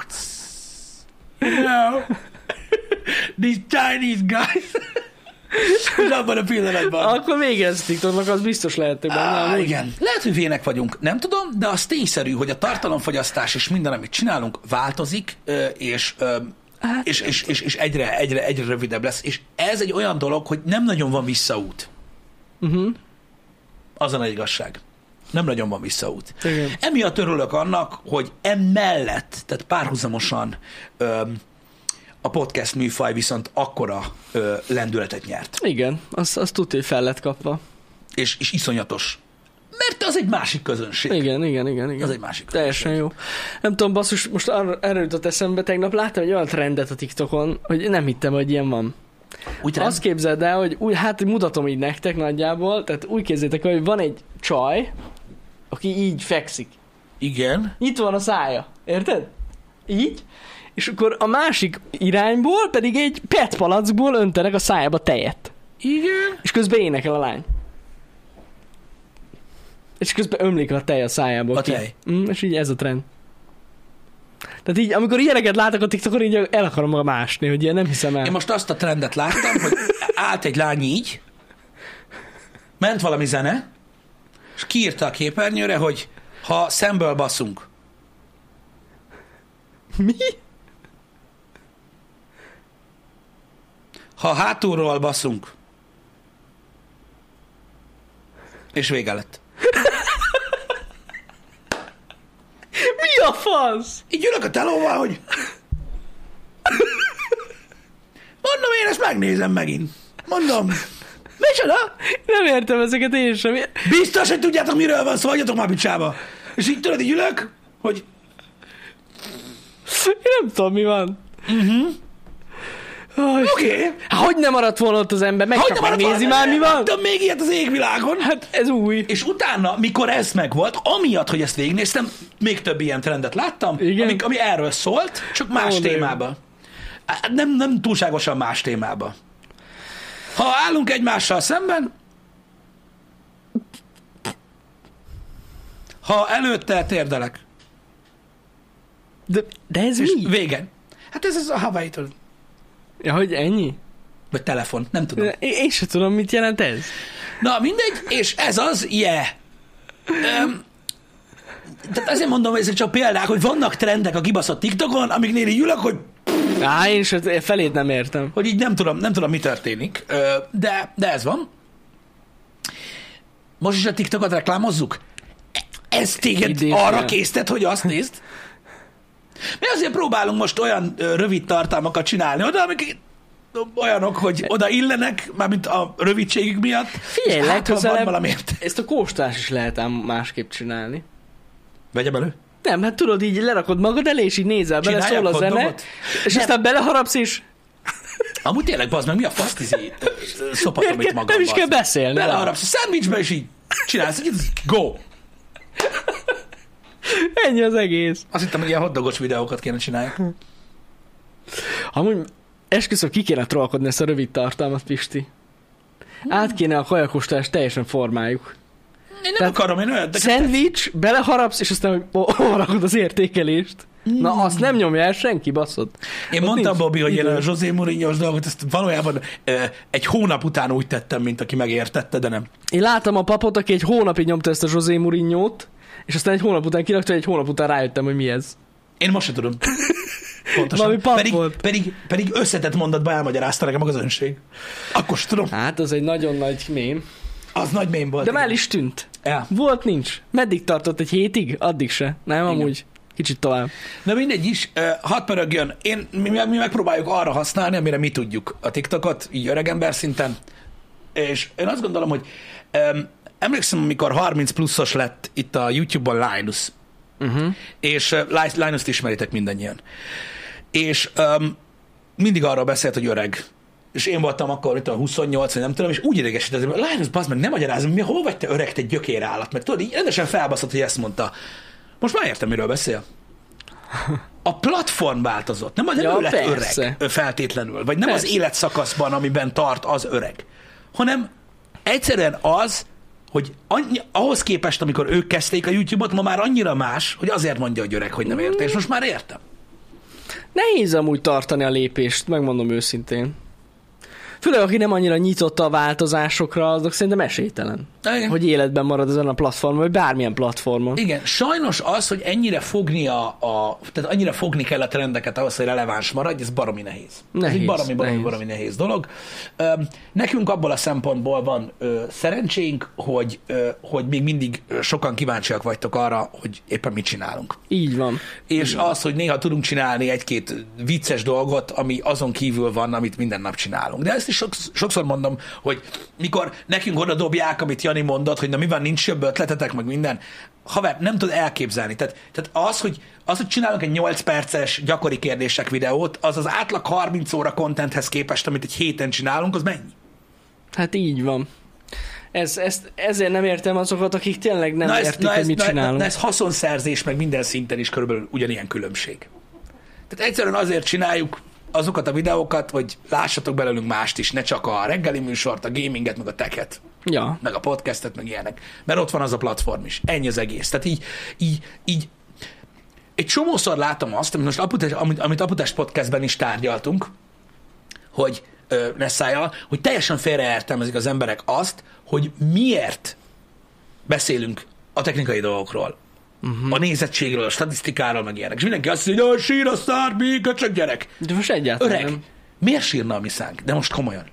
No. These Chinese guys. És abban a pillanatban. Akkor még ez TikToknak, az biztos lehet, hogy benne. Á, amúgy. igen. Lehet, hogy vének vagyunk, nem tudom, de az tényszerű, hogy a tartalomfogyasztás és minden, amit csinálunk, változik, ö, és, ö, Hát, és, és, és, és egyre, egyre, egyre rövidebb lesz. És ez egy olyan dolog, hogy nem nagyon van visszaút. Uh-huh. Az a nagy igazság. Nem nagyon van visszaút. Igen. Emiatt örülök annak, hogy emellett, tehát párhuzamosan ö, a podcast műfaj viszont akkora ö, lendületet nyert. Igen, az, az tudja, hogy fel lett kapva. És, és iszonyatos. Mert az egy másik közönség. Igen, igen, igen. igen. Az egy másik Teljesen közönség. jó. Nem tudom, basszus, most arra, erre jutott eszembe, tegnap láttam egy olyan trendet a TikTokon, hogy nem hittem, hogy ilyen van. Úgy trend? Azt képzeld el, hogy úgy, hát mutatom így nektek nagyjából, tehát úgy képzeljétek, hogy van egy csaj, aki így fekszik. Igen. Itt van a szája, érted? Így. És akkor a másik irányból pedig egy pet palackból öntenek a szájába tejet. Igen. És közben énekel a lány. És közben ömlik a tej a szájából. A ki. tej. Mm, és így ez a trend. Tehát így, amikor ilyeneket látok a TikTokon, így el akarom magam ásni, hogy ilyen nem hiszem el. Én most azt a trendet láttam, hogy állt egy lány így, ment valami zene, és kiírta a képernyőre, hogy ha szemből baszunk. Mi? Ha hátulról baszunk. És vége lett. Mi a fasz? Így ülök a telóval, hogy mondom, én ezt megnézem megint. Mondom, micsoda? Nem értem ezeket én sem. Biztos, hogy tudjátok, miről van szó, hagyjatok már picsába. És így tudod, így ülök, hogy Én nem tudom, mi van. uh-huh. Oké. Okay. Hát, hogy nem maradt volna ott az ember? Meg csak megnézi már, mi van? Láttam még ilyet az égvilágon. Hát ez új. És utána, mikor ez megvolt, amiatt, hogy ezt végignéztem, még több ilyen trendet láttam, ami, ami erről szólt, csak más Ó, de jó. témába. Hát Nem, nem túlságosan más témába. Ha állunk egymással szemben, ha előtte térdelek, De, de ez és mi? vége. Hát ez az a Hawaii-től. Ja, hogy ennyi? Vagy telefon, nem tudom. Én, én sem tudom, mit jelent ez. Na, mindegy, és ez az, yeah. Um, tehát azért mondom, hogy ezek csak példák, hogy vannak trendek a kibaszott TikTokon, amiknél így ülök, hogy, Á, én is felét nem értem. hogy így nem tudom, nem tudom, mi történik, Ö, de, de ez van. Most is a TikTokot reklámozzuk? Ez téged Idén, arra ja. késztet, hogy azt nézd? Mi azért próbálunk most olyan ö, rövid tartalmakat csinálni oda, amik olyanok, hogy oda illenek, mármint a rövidségük miatt. Figyelj, és hát, ha van legközelebb valamiért. ezt a kóstás is lehet ám másképp csinálni. Vegyem elő. Nem, hát tudod, így lerakod magad elé, és így nézel bele, Csináljak szól a zene, hotdogot? és Nem. aztán beleharapsz, és Amúgy tényleg, bazd meg, mi a fasztizi szopatom Miért itt kell- magam? nem is kell beszélni. Beleharapsz a szendvicsbe, és így csinálsz, így go! ennyi az egész. Azt hittem, hogy ilyen hotdogos videókat kéne csinálni. Amúgy esküszöm, ki kéne trollkodni ezt a rövid tartalmat, Pisti. Át kéne a kajakostást teljesen formáljuk. nem Tehát akarom, én olyan... Szendvics, beleharapsz, és aztán rakod az értékelést. Mm. Na, azt nem nyomja el senki, basszod. Én ott mondtam, Bobby, hogy idő. én a José Mourinho-s dolgot, ezt valójában egy hónap után úgy tettem, mint aki megértette, de nem. Én láttam a papot, aki egy hónapig nyomta ezt a José Mourinho-t, és aztán egy hónap után kirakta, egy hónap után rájöttem, hogy mi ez. Én most sem tudom. Pontosan. Pedig, volt. pedig, pedig összetett mondatba elmagyarázta nekem a közönség. Akkor sem tudom. Hát, az egy nagyon nagy mém. Az nagy mém volt. De már is tűnt. Ja. Volt, nincs. Meddig tartott? Egy hétig? Addig se. Nem, igen. Amúgy. Kicsit tovább. Na mindegy is, uh, hadd pörögjön. Én, mi, mi megpróbáljuk arra használni, amire mi tudjuk a TikTokot, így öregember szinten. És én azt gondolom, hogy um, emlékszem, amikor harminc pluszos lett itt a YouTube-on Linus. Uh-huh. És uh, Linus-t ismeritek mindannyian. És um, mindig arról beszélt, hogy öreg. És én voltam akkor itt a huszonnyolc, vagy nem tudom, és úgy idegesített, hogy Linus, bazd meg, nem magyarázom, mi, hol vagy te öreg, te gyökérállat? Mert tudod, így rendesen felbaszott, hogy ezt mondta. Most már értem, miről beszél. A platform változott. Nem, nem ja, ő lett persze. öreg feltétlenül, vagy nem persze. Az életszakaszban, amiben tart az öreg, hanem egyszerűen az, hogy annyi, ahhoz képest, amikor ők kezdték a YouTube-ot, ma már annyira más, hogy azért mondja, hogy öreg, hogy nem érte, és most már értem. Nehéz amúgy tartani a lépést, megmondom őszintén. Főleg, aki nem annyira nyitott a változásokra, azok szerintem esélytelen. Igen. Hogy életben marad ezen a platformon, vagy bármilyen platformon. Igen, sajnos az, hogy ennyire fogni a, a tehát annyira fogni kell a trendeket ahhoz, hogy releváns maradj, ez baromi nehéz. nehéz ez egy baromi, baromi, nehéz. baromi nehéz dolog. Nekünk abból a szempontból van ö, szerencsénk, hogy, ö, hogy még mindig sokan kíváncsiak vagytok arra, hogy éppen mit csinálunk. Így van. És Így az, hogy néha tudunk csinálni egy-két vicces dolgot, ami azon kívül van, amit minden nap csinálunk. De ezt is sokszor mondom, hogy mikor nekünk oda dobják, amit Jani mondott, hogy na mi van, nincs jobb ötletetek, meg minden. Haver, nem tud elképzelni. Tehát, tehát az, hogy, az, hogy csinálunk egy nyolc perces gyakori kérdések videót, az az átlag harminc óra contenthez képest, amit egy héten csinálunk, az mennyi? Hát így van. Ez, ezt, ezért nem értem azokat, akik tényleg nem na ez, értik, na hogy ez, mit na, csinálunk. Na ez haszonszerzés, meg minden szinten is körülbelül ugyanilyen különbség. Tehát egyszerűen azért csináljuk azokat a videókat, hogy lássatok belőlünk mást is, ne csak a reggeli műsort, a gaminget, meg a teket, ja. meg a podcastet, meg ilyenek. Mert ott van az a platform is. Ennyi az egész. Tehát így, így, így egy csomószor látom azt, amit most Aputás, amit, amit Aputás podcastben is tárgyaltunk, hogy ö, Nessájjal, hogy teljesen félreértelmezik az emberek azt, hogy miért beszélünk a technikai dolgokról. Uh-huh. A nézettségről, a statisztikáról, meg ilyenek. És mindenki azt mondja, hogy sír a szár, még csak gyerek. De most egyáltalán Öreg, nem. Miért sírna a mi szánk? De most komolyan.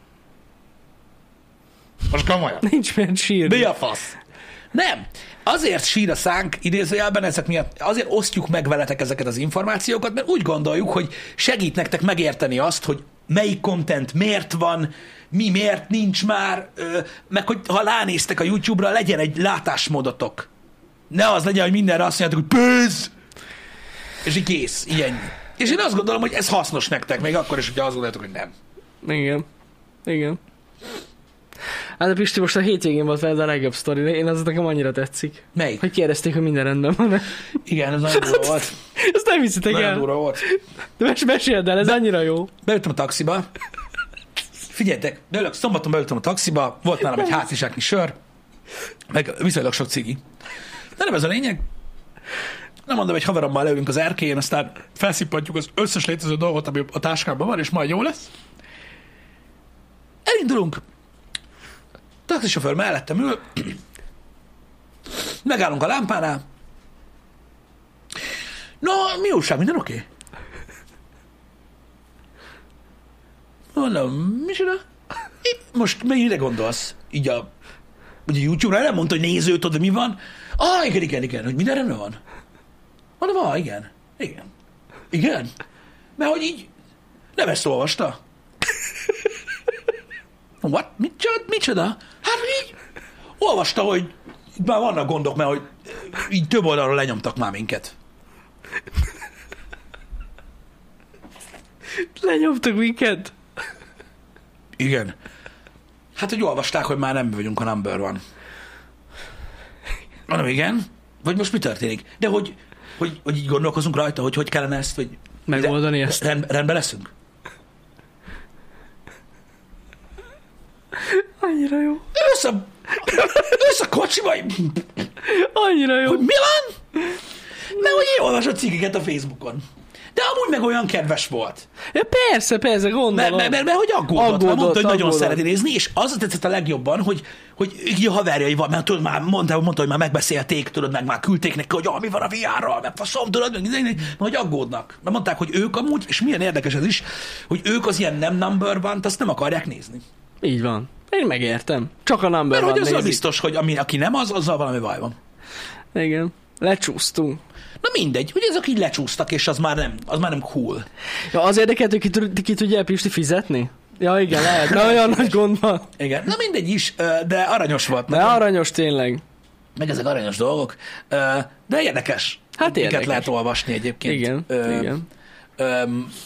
Most komolyan. Nincs miért sírni. Mi a fasz? Nem. Azért sír a szánk idézőjelben ezek miatt, azért osztjuk meg veletek ezeket az információkat, mert úgy gondoljuk, hogy segít nektek megérteni azt, hogy melyik content miért van, mi miért nincs már, meg hogy ha ránéztek a YouTube-ra, legyen egy látásmódotok. Ne az legyen, hogy mindenre azt mondjátok, hogy pénz! És így kész, ilyen. És én azt gondolom, hogy ez hasznos nektek, még akkor is, hogyha azt gondoljátok, hogy nem. Igen. Igen. Hát a Pisti most a hétvégén volt veled a legjobb sztori, de én az nekem annyira tetszik. Melyik? Hogy kérdezték, hogy minden rendben van. Igen, ez nagyon durva volt. Ezt nem hiszitek el. Nagyon durva volt. De mes- meséld el, ez Be- annyira jó. Beültem a taxiba. Figyeljetek, beülök, szombaton beültem a taxiba, volt nálam egy hátizsáknyi sör, meg viszonylag sok cigi. De nem ez a lényeg. Nem mondom, egy haverommal leülünk az erkélyen, aztán felszippantjuk az összes létező dolgot, ami a táskámban van, és majd jó lesz. Elindulunk. Taxisofőr mellettem ül. Megállunk a lámpánál. No, mi újság, minden oké? Okay? Mondom, mi csinál? Most még ide gondolsz? Így a, ugye YouTube-ra nem mondta, hogy néző, tudod, mi van? Ah, igen, igen, igen, hogy minden rendben van. Mondom, ah, igen, igen. Igen? Mert hogy így nem ezt olvasta. What? Micsoda? Micsoda? Hát így olvasta, hogy már vannak gondok, mert hogy így több oldalról lenyomtak már minket. Lenyomtak minket? Igen. Hát, hogy olvasták, hogy már nem vagyunk a number one. Mondom, igen. Vagy most mi történik? De hogy, hogy, hogy így gondolkozunk rajta, hogy hogy kellene ezt, vagy megoldani ezt. Rend, rendben leszünk? Annyira jó. Össze, Össze a kocsiba, Annyira jó. hogy mi van? Mert hogy én olvasott cikkeket a Facebookon. De amúgy meg olyan kedves volt. Ja, persze, persze, gondolom. Mert, mert, mert, mert hogy aggódott, Aggódott, mert mondta, hogy nagyon aggódott. szereti nézni, és az tetszett a legjobban, hogy, hogy így a haverjai van, mert tudod, már mondta, mondta, hogy már megbeszélték, tudod, meg már küldték neki, hogy ah, mi van a vé er-ral, meg faszom, tudod, meg minden, mert hogy aggódnak. Mert mondták, hogy ők amúgy, és milyen érdekes ez is, hogy ők az ilyen nem number one-t, azt nem akarják nézni. Így van. Én megértem. Csak a number Mert van hogy azzal nézik. biztos, hogy ami, aki nem az, azzal valami baj van. Igen. Lecsúsztunk. Na mindegy, hogy ezek így lecsúsztak, és az már nem, az már nem cool. Ja, az érdekelt, hogy ki, tud- ki tudja Pisti fizetni? Ja, igen, lehet. De olyan nagy gond van. Igen, na mindegy is, ö, de aranyos volt. De nekem. aranyos tényleg. Meg ezek aranyos dolgok, ö, de érdekes. Hát Miket érdekes. lehet olvasni egyébként. Igen, Ö, igen. Ö,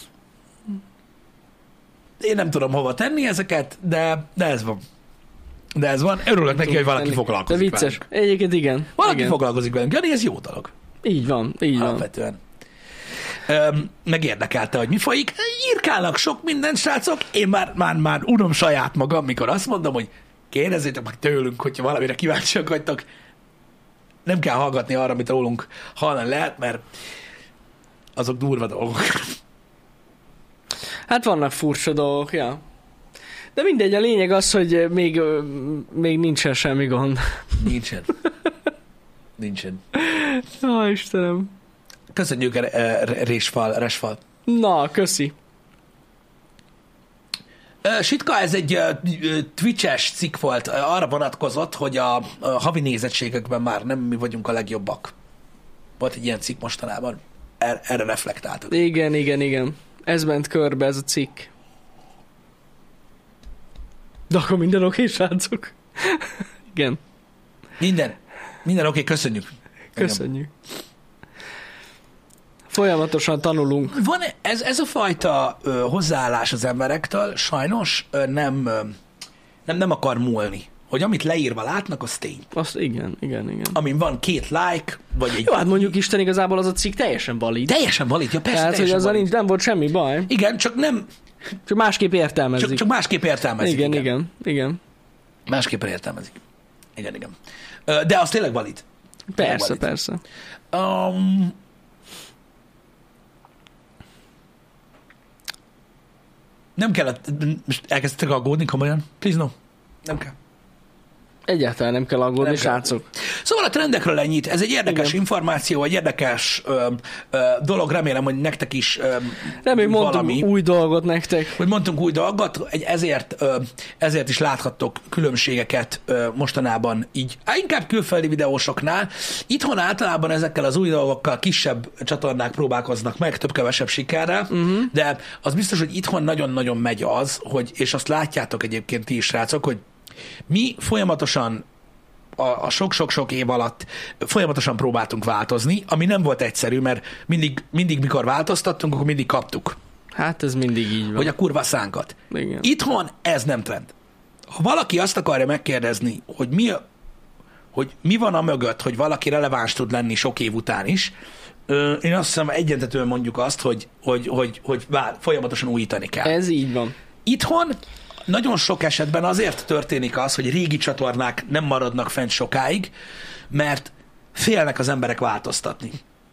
én nem tudom hova tenni ezeket, de, de ez van. De ez van. Örülök neki, hogy valaki De foglalkozik vicces. Egyébként igen. Valaki igen. foglalkozik velünk. Jani, ez jó dolog. Így van, így van. Alapvetően. Öm, meg érdekelte, hogy mi folyik. Írkálnak sok mindent, srácok. Én már, már, már unom saját magam, mikor azt mondom, hogy kérdezzétek meg tőlünk, hogyha valamire kíváncsiak vagytok. Nem kell hallgatni arra, amit rólunk hallani lehet, mert azok durva dolgok. Hát vannak furcsa dolgok, ja. De mindegy, a lényeg az, hogy még, ö, még nincsen semmi gond. Nincsen. Nincsen. Ó, Istenem. Köszönjük, eh, eh, Résfal, Resfal. Na, köszi. Ö, Sitka, ez egy ö, ö, Twitch-es cikk volt, ö, arra vonatkozott, hogy a, a havi nézettségekben már nem mi vagyunk a legjobbak. Volt egy ilyen cikk mostanában. Er, erre reflektáltuk. Igen, igen, igen. Ez ment körbe, ez a cikk. De akkor minden oké, srácok? Igen. Minden, minden oké, köszönjük. Köszönjük. Folyamatosan tanulunk. Van ez, ez a fajta ö, hozzáállás az emberektől sajnos ö, nem, ö, nem, nem akar múlni. Hogy amit leírva látnak, az tény. Azt igen, igen, igen. Amin van két like, vagy egy... Jó, hát mondjuk Isten igazából az a cikk teljesen valid. Teljesen valid, ja persze, Tehát, hogy teljesen azzal valid. nincs, nem volt semmi baj. Igen, csak nem... Csak másképp értelmezik. Csak, csak másképp értelmezik. igen, igen, igen. Másképpen értelmezik. Igen, igen. Ö, De az tényleg valid. Tényleg Persze, valid. persze. Um, nem kellett, most elkezdtek aggódni komolyan? Please no. Nem kell. Egyáltalán nem kell aggódni, Nem kell. srácok. Szóval a trendekről ennyit. Ez egy érdekes Igen. információ, egy érdekes ö, ö, dolog. Remélem, hogy nektek is ö, Remélem, mondtunk valami. új dolgot nektek. Hogy mondtunk új dolgot, egy ezért, ö, ezért is láthattok különbségeket ö, mostanában így, á, inkább külföldi videósoknál. Itthon általában ezekkel az új dolgokkal kisebb csatornák próbálkoznak meg, több-kevesebb sikerrel, uh-huh. de az biztos, hogy itthon nagyon-nagyon megy az, hogy, és azt látjátok egyébként ti is, srácok, hogy mi folyamatosan a, a sok-sok-sok év alatt folyamatosan próbáltunk változni, ami nem volt egyszerű, mert mindig, mindig mikor változtattunk, akkor mindig kaptuk, Hát ez mindig így van. hogy a kurva szánkat. Igen. Itthon ez nem trend. Ha valaki azt akarja megkérdezni, hogy mi, a- hogy mi van a mögött, hogy valaki releváns tud lenni sok év után is, ö, én azt hiszem egyentetően mondjuk azt, hogy, hogy, hogy, hogy vár, folyamatosan újítani kell. Ez így van. Itthon nagyon sok esetben azért történik az, hogy régi csatornák nem maradnak fent sokáig, mert félnek az emberek változtatni.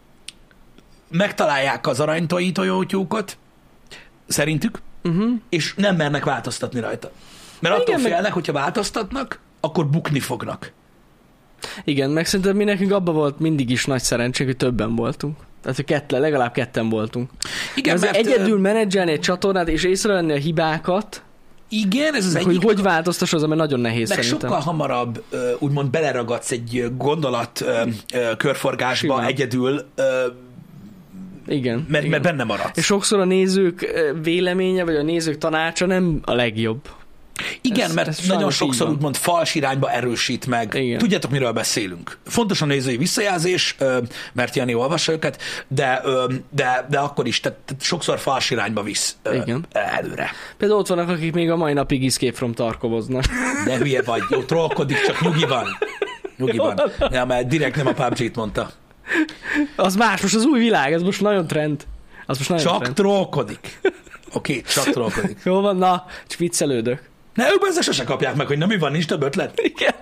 Megtalálják az aranytói tojótyúkot, szerintük, uh-huh. és nem mernek változtatni rajta. Mert attól Igen, meg- félnek, hogyha változtatnak, akkor bukni fognak. Igen, meg szerintem mi nekünk abban volt mindig is nagy szerencsénk, hogy többen voltunk. Tehát, hogy kette, legalább ketten voltunk. Igen, mert mert, egyedül ö, menedzselni egy csatornát, és észrevenni a hibákat, igen, ez az hogy egyik. hogy változtass, az, ami nagyon nehéz Meg szerintem. sokkal hamarabb ö, úgymond beleragadsz egy ö, gondolat ö, ö, körforgásba Simán. egyedül, ö, Igen. mert, igen. mert benne maradsz. És sokszor a nézők ö, véleménye, vagy a nézők tanácsa nem a legjobb. Igen, Ez- mert ez nagyon sajnos így sokszor van. úgymond fals irányba erősít meg. Igen. Tudjátok, miről beszélünk. Fontos a nézői visszajelzés, ö, mert Jani olvassa őket, de, ö, de, de akkor is, tehát, tehát sokszor fals irányba visz ö, Igen. előre. Például ott vannak, akik még a mai napig Escape from Tarkovoznak. De hülye vagy, jó, trollkodik, csak nyugi van. Nyugi van. Ja, mert direkt nem a pé u bé gét mondta. Az más, most az új világ, ez most nagyon trend. Az most nagyon Csak trend. trollkodik. Oké, okay, csak trollkodik. Jó van, na, csak viccelődök. Ne, ők ezzel sose kapják meg, hogy nem mi van, nincs több ötlet. Igen.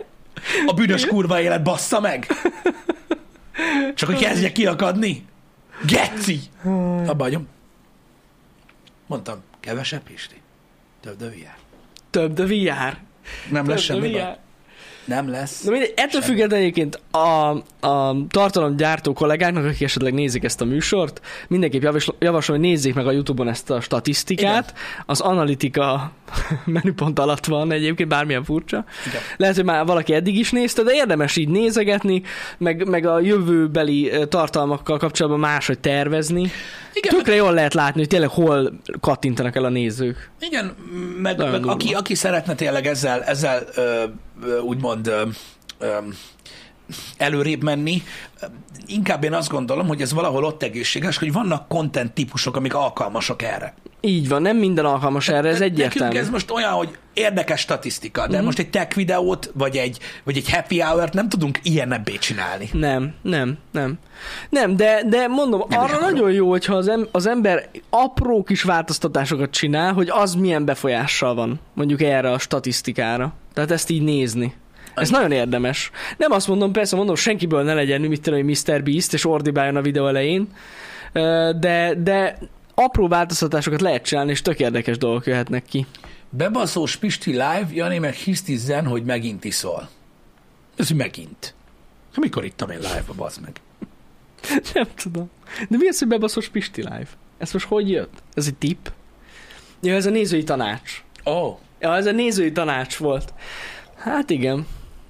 A büdös kurva élet bassza meg. Csak hogy kezdjek kiakadni. Geci! Abba hagyom. Mondtam, kevesebb Pisti. Több de vé er. Több de vé er. Nem lesz Több de semmi vé er. baj. Nem lesz. Na mindegy, ettől függetlenül egyébként a, a tartalomgyártó kollégáknak, akik esetleg nézik ezt a műsort, mindenképp javas- javaslom, hogy nézzék meg a YouTube-on ezt a statisztikát. Igen. Az analitika menüpont alatt van egyébként, bármilyen furcsa. Igen. Lehet, hogy már valaki eddig is nézte, de érdemes így nézegetni, meg, meg a jövőbeli tartalmakkal kapcsolatban máshogy tervezni. Igen, tökre meg... jól lehet látni, hogy tényleg hol kattintanak el a nézők. Igen, meg, meg aki, aki szeretne tényleg ezzel, ezzel ö, ö, úgymond ö, ö, előrébb menni, inkább én azt gondolom, hogy ez valahol ott egészséges, hogy vannak content típusok, amik alkalmasak erre. Így van, nem minden alkalmas erre, ez egyértelmű. Nekünk ez most olyan, hogy érdekes statisztika, de mm-hmm. most egy tech videót, vagy egy, vagy egy happy hour-t nem tudunk ilyenebbé csinálni. Nem, nem, nem. Nem, de, de mondom, nem arra nagyon jó, hogyha az, em, az ember apró kis változtatásokat csinál, hogy az milyen befolyással van, mondjuk erre a statisztikára. Tehát ezt így nézni. Ez nagyon érdemes. Nem azt mondom, persze mondom, senkiből ne legyen, mit tudom, hogy miszter Beast, és ordibáljon a videó elején, de, de apró változtatásokat lehet csinálni, és tök érdekes dolgok jöhetnek ki. Bebaszós Pisti live, Jani meg hisztizzen, hogy megint iszol. Ez hogy megint. Mikor ittam én live-ba, bazd meg? Nem tudom. De mi az, hogy bebaszós Pisti live? Ez most hogy jött? Ez egy tipp? Ja, ez a nézői tanács. Ó. Oh. Ja, ez a nézői tanács volt. Hát igen.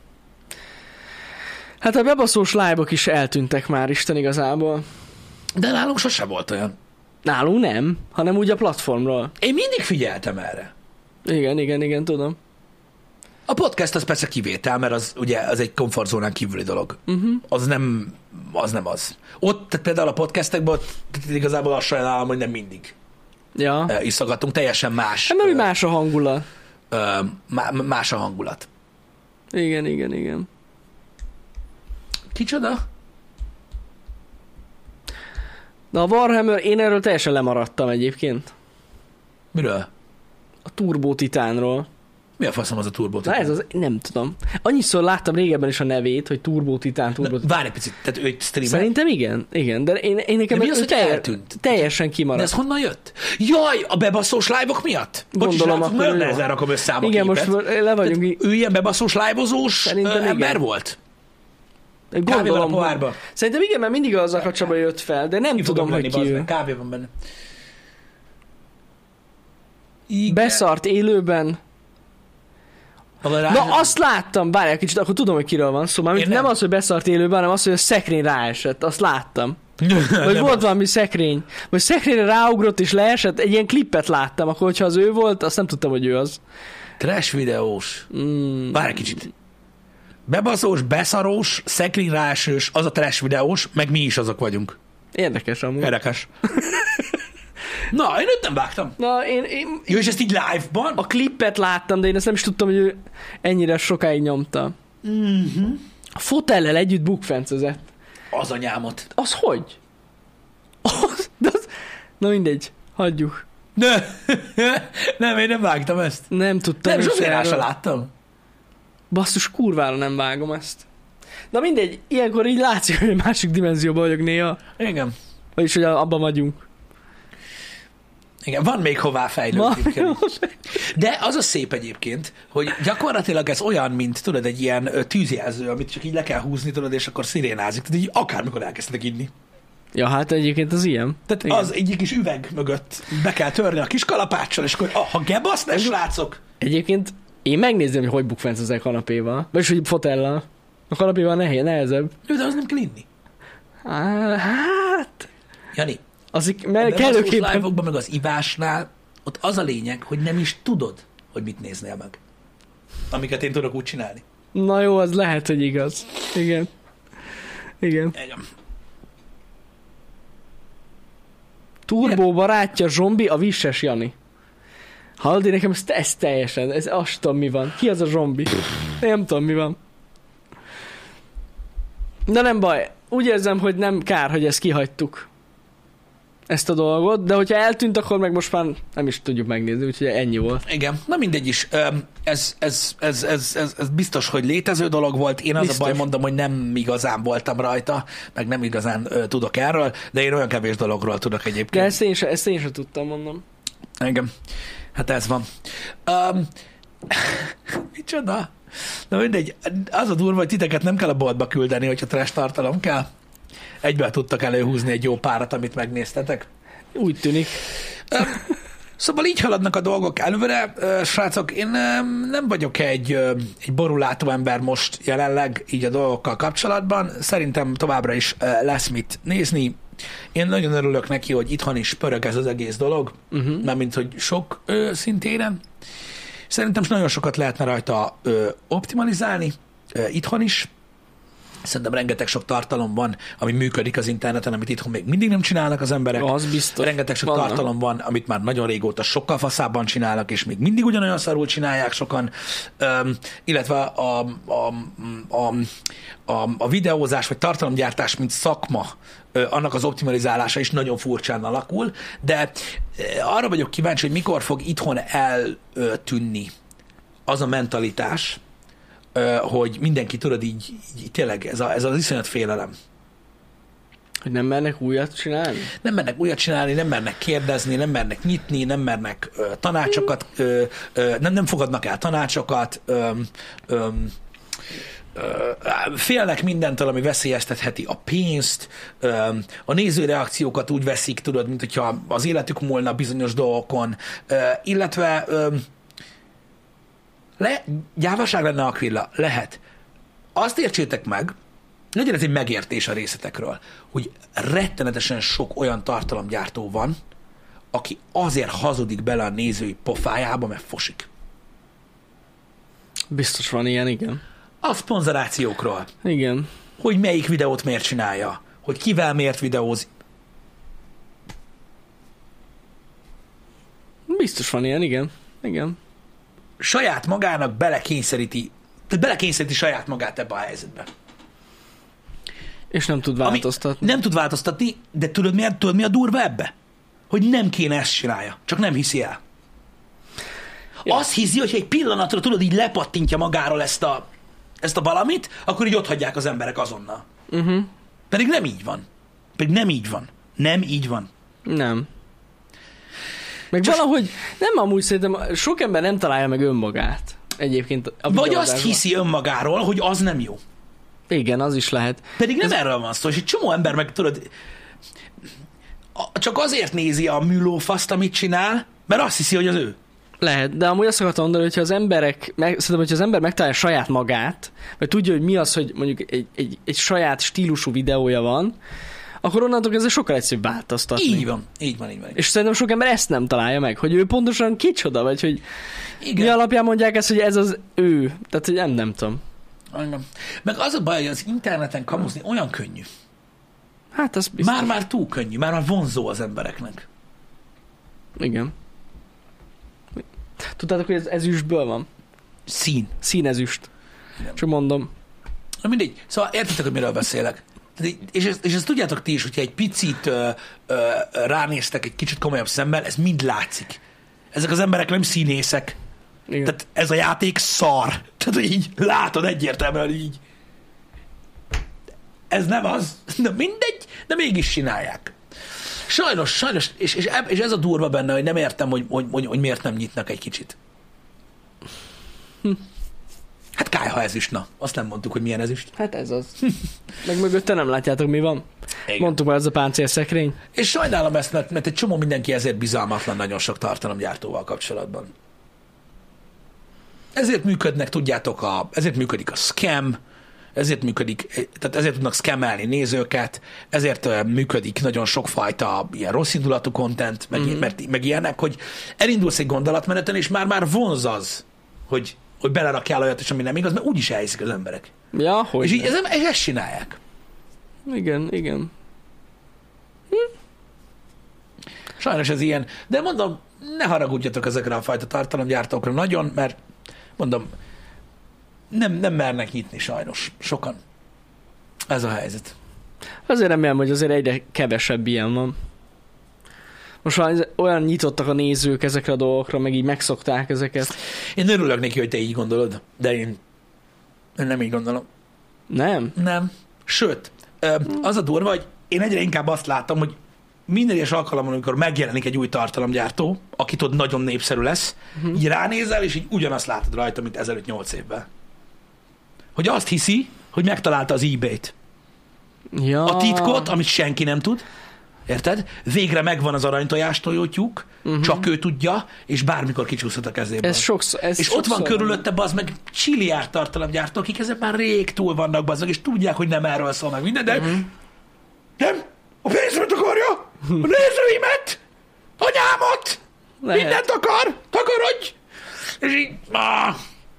Hát a bebaszós live-ok is eltűntek már, Isten igazából. De nálunk sose volt olyan. Nálunk nem, hanem úgy a platformról. Én mindig figyeltem erre. Igen, igen, igen, tudom. A podcast az persze kivétel, mert az ugye az egy komfortzónán kívüli dolog. Uh-huh. Az nem az. Nem az. Ott tehát például a podcastekben ott igazából azt sajnálom, hogy nem mindig ja. iszogatunk, teljesen más. Hát mert más a hangulat. Más a hangulat. Igen, igen, igen. Kicsoda? De a Warhammer, én erről teljesen lemaradtam egyébként. Miről? A Turbo Titánról. Mi a faszom az a Turbo Titán? Na ez az, nem tudom. Annyiszor láttam régebben is a nevét, hogy Turbo Titán, Turbo Titán. Várj egy picit, tehát ő streamer? Szerintem igen, igen, de én, én nekem de mi az, hogy telj- eltűnt? Teljesen kimaradt. De ez honnan jött? Jaj, a bebaszós live-ok miatt? Gondolom, Bocsis, nagyon nehezen rakom össze a igen, képet. most le vagyunk. Tehát ő ilyen bebaszós live-ozós ember igen. volt? Kávé a pohárba. Szerintem igen, mert mindig azzal kapcsolatban jött fel, de nem ki tudom, hogy ki ő. Kávé van benne. Igen. Beszart élőben. Na azt láttam, várjál kicsit, akkor tudom, hogy kiről van szó. Szóval nem. nem az, hogy beszart élőben, hanem az, hogy a szekrény ráesett. Azt láttam. Vagy volt az. valami szekrény. Vagy szekrényre ráugrott és leesett. Egy ilyen klippet láttam, akkor hogyha az ő volt, azt nem tudtam, hogy ő az. Trash videós. Mm. Várj kicsit. Bebaszós, beszarós, szekrény ráesős, az a trash videós, meg mi is azok vagyunk. Érdekes amúgy. Érdekes. Na, én őt nem vágtam. Na, én, én, Jó, és ezt így live-ban? A klippet láttam, de én ezt nem is tudtam, hogy ő ennyire sokáig nyomta. Uh-huh. A fotellel együtt bukfencezett. Az anyámot. Az hogy? Az, de az... Na mindegy, hagyjuk. Ne. Nem, én nem vágtam ezt. Nem tudtam. Nem, Zsuzsérán se láttam. Basszus, kurvára nem vágom ezt. Na mindegy, ilyenkor így látszik, hogy egy másik dimenzióban vagyok néha. Igen. Vagyis, hogy abban vagyunk. Igen, van még hová fejlődni. De az a szép egyébként, hogy gyakorlatilag ez olyan, mint tudod, egy ilyen tűzjelző, amit csak így le kell húzni, tudod, és akkor szirénázik. Tehát így akármikor elkezdtek inni. Ja, hát egyébként az ilyen. Tehát igen. Az egyik kis üveg mögött be kell törni a kis kalapáccsal, és akkor ha gebasz, ne srácok! Egyébként én megnézem, hogy hogy bukfencezel kanapéval. Vagyis, hogy fotellal. A kanapéval nehéz, nehezebb. Jó, de az nem kell inni. Hát... Jani, az mert kellőképpen... live-okban, meg az ivásnál, ott az a lényeg, hogy nem is tudod, hogy mit néznél meg. Amiket én tudok úgy csinálni. Na jó, az lehet, hogy igaz. Igen. Igen. Igen. Turbo barátja zombi, a visses Jani. Hallod, én nekem ez, ez teljesen, ez azt tudom, mi van. Ki az a zombi? Nem tudom, mi van. De nem baj. Úgy érzem, hogy nem kár, hogy ezt kihagytuk. Ezt a dolgot, de hogyha eltűnt, akkor meg most már nem is tudjuk megnézni, úgyhogy ennyi volt. Igen, na mindegy is. ez, ez, ez, ez, ez, ez biztos, hogy létező dolog volt. Én az biztos. A baj, mondom, hogy nem igazán voltam rajta, meg nem igazán ö, tudok erről, de én olyan kevés dologról tudok egyébként. De ezt én sem, ezt én sem tudtam, mondom. Igen. Hát ez van. Um, micsoda? Na mindegy, az a durva, hogy titeket nem kell a boltba küldeni, hogyha trash tartalom kell. Egyben tudtak előhúzni egy jó párat, amit megnéztetek. Úgy tűnik. Um, Szóval így haladnak a dolgok előre. Srácok, én nem vagyok egy, egy borulátó ember most jelenleg így a dolgokkal kapcsolatban. Szerintem továbbra is lesz mit nézni. Én nagyon örülök neki, hogy itthon is pörög ez az egész dolog, uh-huh. mármint, hogy sok ö, szintéren. Szerintem nagyon sokat lehetne rajta ö, optimalizálni ö, itthon is. Szerintem rengeteg sok tartalom van, ami működik az interneten, amit itthon még mindig nem csinálnak az emberek. Az biztos. Rengeteg sok Vannak. tartalom van, amit már nagyon régóta sokkal faszábban csinálnak, és még mindig ugyanolyan szarul csinálják sokan. Üm, illetve a, a, a, a, a videózás vagy tartalomgyártás, mint szakma, annak az optimalizálása is nagyon furcsán alakul, de arra vagyok kíváncsi, hogy mikor fog itthon eltűnni az a mentalitás, hogy mindenki, tudod, így, így tényleg ez, a, ez az iszonyat félelem. Hogy nem mernek újat csinálni? Nem mernek újat csinálni, nem mernek kérdezni, nem mernek nyitni, nem mernek ö, tanácsokat, ö, ö, nem, nem fogadnak el tanácsokat, ö, ö, ö, félnek mindentől, ami veszélyeztetheti a pénzt, ö, a néző reakciókat úgy veszik, tudod, mint hogyha az életük múlna bizonyos dolgokon, ö, illetve ö, Le, gyávaság lenne, Aquila? Lehet. Azt értsétek meg, legyen ez egy megértés a részletekről, hogy rettenetesen sok olyan tartalomgyártó van, aki azért hazudik bele a nézői pofájába, mert fosik. Biztos van ilyen, igen. A szponzorációkról. Igen. Hogy melyik videót miért csinálja, hogy kivel miért videóz. Biztos van ilyen, igen. Igen. Saját magának belekényszeríti, tehát belekényszeríti saját magát ebbe a helyzetbe. És nem tud változtatni. Ami nem tud változtatni, de tudod mi, tudod mi a durva ebbe? Hogy nem kéne ezt csinálja, csak nem hiszi el. Ja. Azt hiszi, hogy egy pillanatra tudod, így lepattintja magáról ezt a, ezt a valamit, akkor így ott hagyják az emberek azonnal. Uh-huh. Pedig nem így van. Pedig nem így van. Nem így van. Nem. Meg Csak valahogy nem, amúgy szerintem sok ember nem találja meg önmagát. Egyébként a vagy azt hiszi önmagáról, hogy az nem jó. Igen, az is lehet. Pedig nem Ez... erről van szó, és egy csomó ember meg tudod, csak azért nézi a műlófaszt, amit csinál, mert azt hiszi, hogy az ő. Lehet, de amúgy azt akartam mondani, hogyha az emberek, meg, szerintem, hogyha az ember megtalálja saját magát, vagy tudja, hogy mi az, hogy mondjuk egy, egy, egy saját stílusú videója van, akkor onnantól kezdve sokkal egyszerűbb változtatni. Így van, így van, így van. És szerintem sok ember ezt nem találja meg, hogy ő pontosan kicsoda, vagy hogy igen. Mi alapján mondják ezt, hogy ez az ő. Tehát, hogy nem, nem tudom. Engem. Meg az a baj, hogy az interneten kamuzni olyan könnyű. Hát az biztos. Már-már túl könnyű, már-már vonzó az embereknek. Igen. Tudtátok, hogy ez ezüstből van? Szín. Színezüst. Igen. Csak mondom. Na mindegy. Szóval értitek, hogy miről beszélek. És ezt, és ezt tudjátok ti is, hogyha egy picit ö, ö, ránéztek egy kicsit komolyabb szemmel, ez mind látszik. Ezek az emberek nem színészek. Igen. Tehát ez a játék szar. Tehát így látod egyértelműen így. Ez nem az. De mindegy, de mégis csinálják. Sajnos, sajnos, és, és, és ez a durva benne, hogy nem értem, hogy, hogy, hogy, hogy miért nem nyitnak egy kicsit. Hm. Hát kályha ezüst, na. Azt nem mondtuk, hogy milyen ezüst. Hát ez az. Meg mögötte nem látjátok, mi van. Igen. Mondtuk már, ez a páncélszekrény. És sajnálom ezt, mert, mert egy csomó mindenki ezért bizalmatlan nagyon sok tartalomgyártóval kapcsolatban. Ezért működnek, tudjátok, a, ezért működik a scam, ezért működik, tehát ezért tudnak scammelni nézőket, ezért uh, működik nagyon sokfajta ilyen rosszindulatú content, meg, mm-hmm. mert, meg ilyenek, hogy elindulsz egy gondolatmeneten, és már-már vonz az, hogy, hogy belerakjál olyat, és ami nem igaz, mert úgyis elhiszik az emberek. Ja, hogy és így ez, és ezt csinálják. Igen, igen. Hm? Sajnos ez ilyen, de mondom, ne haragudjatok ezekre a fajta tartalomgyártókra nagyon, mert mondom, nem, nem mernek nyitni sajnos. Sokan. Ez a helyzet. Azért remélem, hogy azért egyre kevesebb ilyen van. Most már olyan nyitottak a nézők ezekre a dolgokra, meg így megszokták ezeket. Én örülök neki, hogy te így gondolod, de én, én nem így gondolom. Nem? Nem. Sőt, az a durva, hogy én egyre inkább azt látom, hogy minden egyes alkalommal, amikor megjelenik egy új tartalomgyártó, aki tudod nagyon népszerű lesz, uh-huh. így ránézel, és így ugyanazt látod rajta, mint ezelőtt nyolc évben. Hogy azt hiszi, hogy megtalálta az eBay-t. Ja. A titkot, amit senki nem tud, érted? Végre megvan az aranytojás tojótyúk, uh-huh. csak ő tudja, és bármikor kicsúszhat a kezéből. Ez sokszor, ez és sokszor ott van körülötte, bazd meg, csiliárd tartalomgyártó, akik ezek már rég túl vannak, bazd meg, és tudják, hogy nem erről szól meg minden, de uh-huh. nem, a pénzemet akarja, a nézőimet, anyámat, lehet. Mindent akar, takarodj, és így, ah.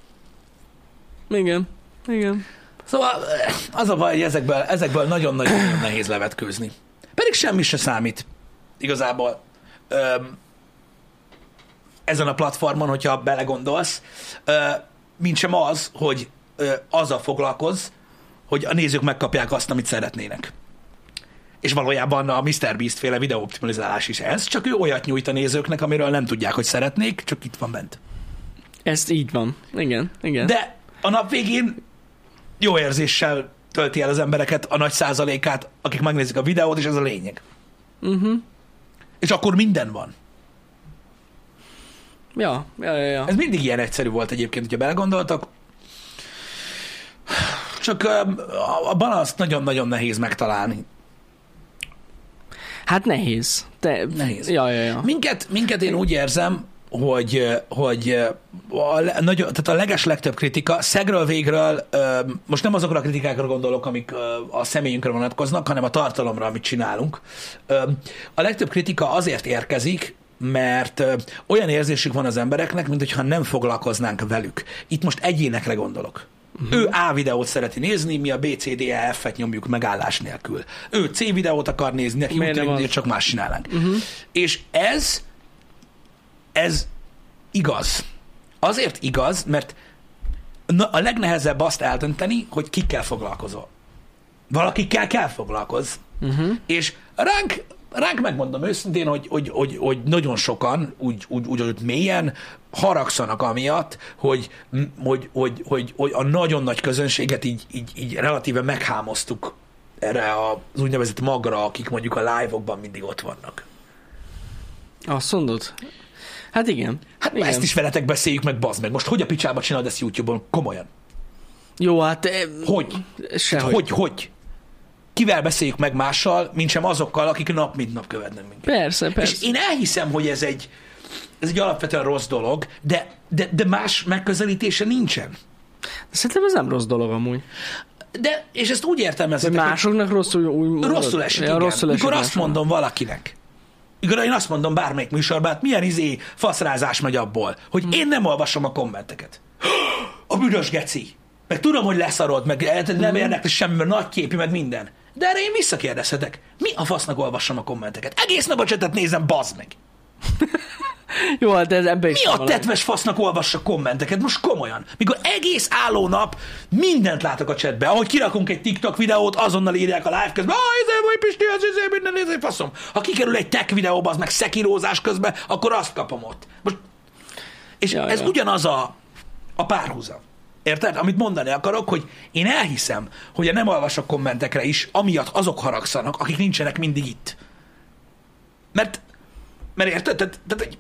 Igen, igen. Szóval az a baj, hogy ezekből, ezekből nagyon-nagyon nehéz levetkőzni. Pedig semmi se számít igazából öm, ezen a platformon, hogyha belegondolsz, öm, mint sem az, hogy öm, azzal foglalkozz, hogy a nézők megkapják azt, amit szeretnének. És valójában a MrBeast féle videóoptimalizálás is ez, csak ő olyat nyújt a nézőknek, amiről nem tudják, hogy szeretnék, csak itt van bent. Ez így van. Igen, igen. De a nap végén jó érzéssel tölti el az embereket a nagy százalékát, akik megnézik a videót, és ez a lényeg. Uh-huh. És akkor minden van. Ja, ja, ja, ja. Ez mindig ilyen egyszerű volt egyébként, hogyha belegondoltak. Csak a balanszt nagyon-nagyon nehéz megtalálni. Hát nehéz. Te... Nehéz. Ja, ja, ja. Minket, minket én úgy érzem, hogy, hogy a, nagy, tehát a leges legtöbb kritika szegről végről, most nem azokra a kritikákra gondolok, amik a személyünkre vonatkoznak, hanem a tartalomra, amit csinálunk. A legtöbb kritika azért érkezik, mert olyan érzésük van az embereknek, mintha nem foglalkoznánk velük. Itt most egyénekre gondolok. Uh-huh. Ő A videót szereti nézni, mi a B C D E F-et nyomjuk megállás nélkül. Ő C videót akar nézni, neki úgy tűnik, csak más csinálnánk. Uh-huh. És ez ez igaz. Azért igaz, mert a legnehezebb azt eldönteni, hogy kikkel foglalkozol. Valakikkel kell foglalkozz. Uh-huh. És ránk, ránk megmondom őszintén, hogy, hogy, hogy, hogy nagyon sokan, úgy, úgy, úgy, úgy mélyen haragszanak amiatt, hogy, hogy, hogy, hogy, hogy a nagyon nagy közönséget így, így, így relatíve meghámoztuk erre az úgynevezett magra, akik mondjuk a live-okban mindig ott vannak. Azt mondod? Hát igen. Hát igen. Ezt is veletek beszéljük meg, bazd meg. Most hogy a picsába csinálod ezt YouTube-on? Komolyan. Jó, hát... Hogy? Sehogy. Hogy, hogy? Kivel beszéljük meg mással, mint sem azokkal, akik nap mint nap követnek minket. Persze, persze. És én elhiszem, hogy ez egy, ez egy alapvetően rossz dolog, de, de, de más megközelítése nincsen. De szerintem ez nem rossz dolog amúgy. De, és ezt úgy értelmezitek, hogy másoknak rosszul, úgy, rosszul esik, ja, rosszul esik. Mikor azt mondom valakinek, mikor én azt mondom bármelyik műsorban, hát milyen izé faszrázás megy abból, hogy hmm. én nem olvasom a kommenteket. A büdös geci. Meg tudom, hogy leszarod, meg nem hmm. érdekel semmi, mert nagy képű, meg minden. De erre én visszakérdezhetek. Mi a fasznak olvassam a kommenteket? Egész nap a csetet nézem, bazd meg. Jó, hát ez ebbe is mi a tetves fasznak olvassa kommenteket? Most komolyan. Mikor egész álló nap mindent látok a chatbe. Ahogy kirakunk egy TikTok videót, azonnal írják a live közben, ah, ezért vagy Pisti, ez ezért minden, ezért faszom. Ha kikerül egy tech videóba, az meg szekirózás közben, akkor azt kapom ott. Most... És ja, ez ja. ugyanaz a, a párhuzam. Érted? Amit mondani akarok, hogy én elhiszem, hogy a nem olvasok kommentekre is, amiatt azok haragszanak, akik nincsenek mindig itt. Mert, mert érted? Tehát, tehát,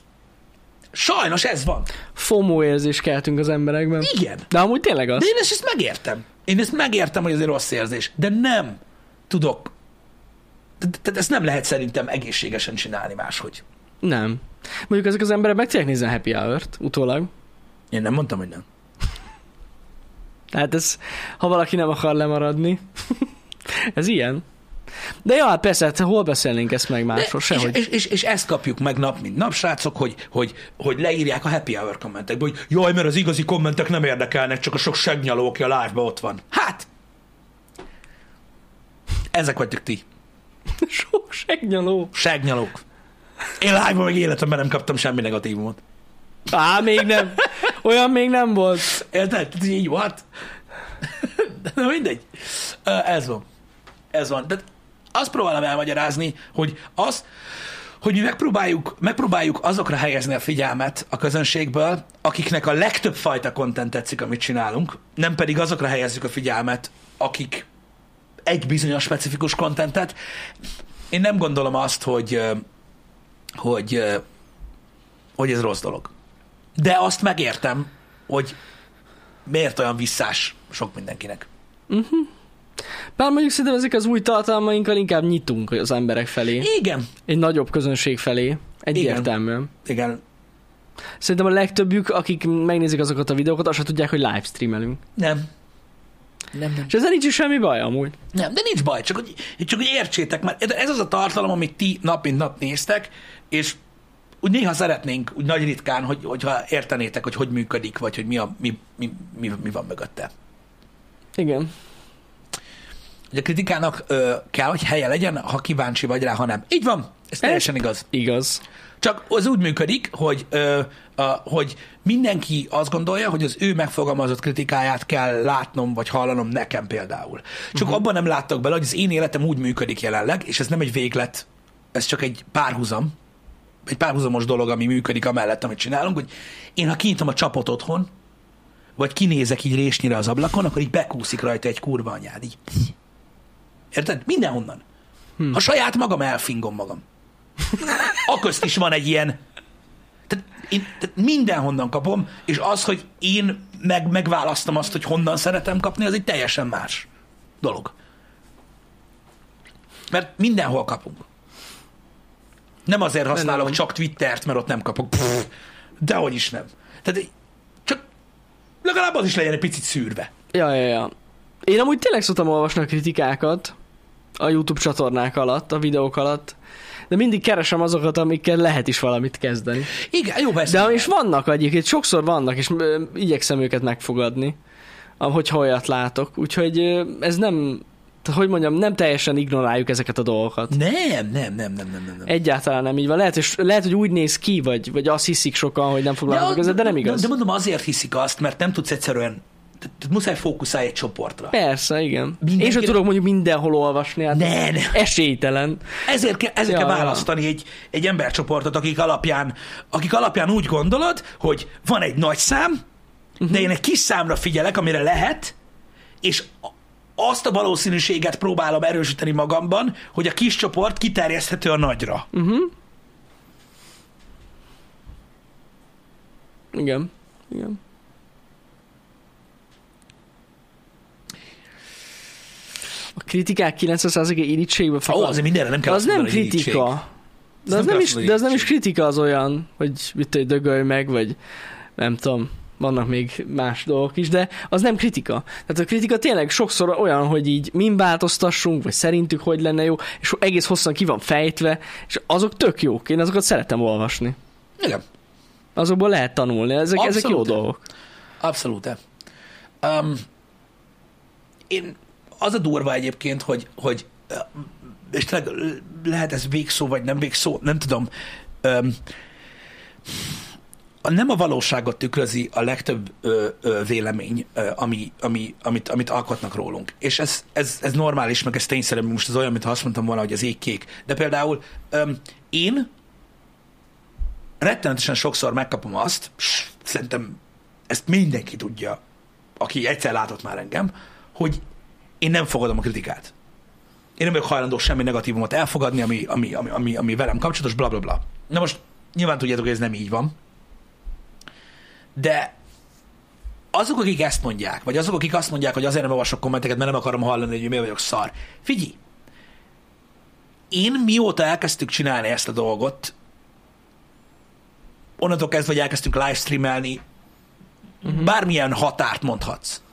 sajnos ez van. FOMO érzés keltünk az emberekben. Igen. De amúgy tényleg az. De én ezt, ezt megértem. Én ezt megértem, hogy ez egy rossz érzés. De nem tudok. Tehát ezt nem lehet szerintem egészségesen csinálni máshogy. Nem. Mondjuk ezek az emberek meg tudják nézni a Happy Hour-t utólag. Én nem mondtam, hogy nem. Tehát ez, ha valaki nem akar lemaradni, ez ilyen. De jó, hát persze, hát hol beszélnénk ezt meg másról, sehogy. És, és, és ezt kapjuk meg nap, mint nap, srácok, hogy, hogy, hogy leírják a Happy Hour kommentekbe, hogy jaj, mert az igazi kommentek nem érdekelnek, csak a sok segnyaló, aki a live-ba ott van. Hát! Ezek vagytok ti. Sok segnyaló. Segnyalók. Én live-ban meg életemben nem kaptam semmi negatívumot. Á, még nem. Olyan még nem volt. Érted? Ez így volt. De mindegy. Ez van. Ez van. De azt próbálom elmagyarázni, hogy az, hogy mi megpróbáljuk, megpróbáljuk azokra helyezni a figyelmet a közönségből, akiknek a legtöbb fajta content tetszik, amit csinálunk, nem pedig azokra helyezzük a figyelmet, akik egy bizonyos specifikus contentet. Én nem gondolom azt, hogy, hogy, hogy ez rossz dolog. De azt megértem, hogy miért olyan visszás sok mindenkinek. Uh-huh. Bár mondjuk szerintem ezek az új tartalmainkkal inkább nyitunk az emberek felé. Igen. Egy nagyobb közönség felé. Egyértelműen. Igen. Igen. Szerintem a legtöbbjük, akik megnézik azokat a videókat, azt sem tudják, hogy livestreamelünk. Nem. Nem, nem. És ezzel nincs is semmi baj amúgy. Nem, de nincs baj, csak hogy, csak hogy értsétek, mert ez az a tartalom, amit ti nap mint nap néztek, és úgy néha szeretnénk, úgy nagy ritkán, hogy, hogyha értenétek, hogy hogy működik, vagy hogy mi, a, mi, mi, mi, mi van mögötte. Igen. Hogy a kritikának ö, kell, hogy helye legyen, ha kíváncsi vagy rá, ha nem. Így van, ez teljesen igaz. Igaz. Csak az úgy működik, hogy, ö, a, hogy mindenki azt gondolja, hogy az ő megfogalmazott kritikáját kell látnom, vagy hallanom nekem például. Csak uh-huh. abban nem láttak bele, hogy az én életem úgy működik jelenleg, és ez nem egy véglet, ez csak egy párhuzam, egy párhuzamos dolog, ami működik amellett, amit csinálunk, hogy én, ha kinyitom a csapot otthon, vagy kinézek így résnyire az ablakon, akkor így bekúszik rajta egy kurva anyád, így. Érted? Mindenhonnan. Hmm. Ha saját magam elfingom magam. Aközt is van egy ilyen. Tehát én tehát mindenhonnan kapom, és az, hogy én meg, megválasztom azt, hogy honnan szeretem kapni, az egy teljesen más dolog. Mert mindenhol kapunk. Nem azért használok nem. csak Twittert, mert ott nem kapok. Pff, dehogy is nem. Tehát csak legalább az is legyen egy picit szűrve. Ja, ja, ja. Én amúgy tényleg szoktam olvasni a kritikákat a YouTube csatornák alatt, a videók alatt, de mindig keresem azokat, amikkel lehet is valamit kezdeni. Igen, jó, persze. De is vannak egyébként, sokszor vannak, és ö, igyekszem őket megfogadni, ahogy olyat látok. Úgyhogy ö, ez nem, hogy mondjam, nem teljesen ignoráljuk ezeket a dolgokat. Nem, nem, nem, nem, nem, nem. Egyáltalán nem így van. Lehet, és, lehet hogy úgy néz ki, vagy, vagy azt hiszik sokan, hogy nem foglalkoznak ezzel, de nem igaz. De, de mondom, azért hiszik azt, mert nem tudsz egyszerűen, tehát muszáj fókuszálni egy csoportra. Persze, igen. Mindenki... Én sem tudok mondjuk mindenhol olvasni, hát ne, ne. Esélytelen. Ezért, ke, ezért ja, kell választani egy, egy embercsoportot, akik alapján, akik alapján úgy gondolod, hogy van egy nagy szám, uh-huh. de én egy kis számra figyelek, amire lehet, és azt a valószínűséget próbálom erősíteni magamban, hogy a kis csoport kiterjeszthető a nagyra. Uh-huh. Igen. Igen. A kritikák kilencven százaléka irítségbe fakad. Ó, azért mindenre nem kell az nem kritika. De az nem, is, de az nem is kritika az olyan, hogy mit tudom, dögölj meg, vagy nem tudom, vannak még más dolgok is, de az nem kritika. Tehát a kritika tényleg sokszor olyan, hogy így min változtassunk, vagy szerintük hogy lenne jó, és egész hosszan ki van fejtve, és azok tök jók. Én azokat szeretem olvasni. Igen. Azokból lehet tanulni, ezek, ezek jó dolgok. Abszolút. Um, én az a durva egyébként, hogy, hogy és tényleg lehet ez végszó, vagy nem végszó, nem tudom. Um, nem a valóságot tükrözi a legtöbb ö, ö, vélemény, ö, ami, ami, amit, amit alkotnak rólunk. És ez, ez, ez normális, meg ez tényszerű, most az olyan, mintha azt mondtam volna, hogy az ég kék. De például ö, én rettenetesen sokszor megkapom azt, szerintem ezt mindenki tudja, aki egyszer látott már engem, hogy én nem fogadom a kritikát. Én nem vagyok hajlandó semmi negatívumot elfogadni, ami, ami, ami, ami, ami velem kapcsolatos, bla, bla, bla. Na most nyilván tudjátok, hogy ez nem így van. De azok, akik ezt mondják, vagy azok, akik azt mondják, hogy azért nem olvasok kommenteket, mert nem akarom hallani, hogy miért vagyok szar. Figyelj! Én mióta elkezdtük csinálni ezt a dolgot, onnantól kezdve, hogy elkezdtünk livestreamelni, uh-huh. bármilyen határt mondhatsz.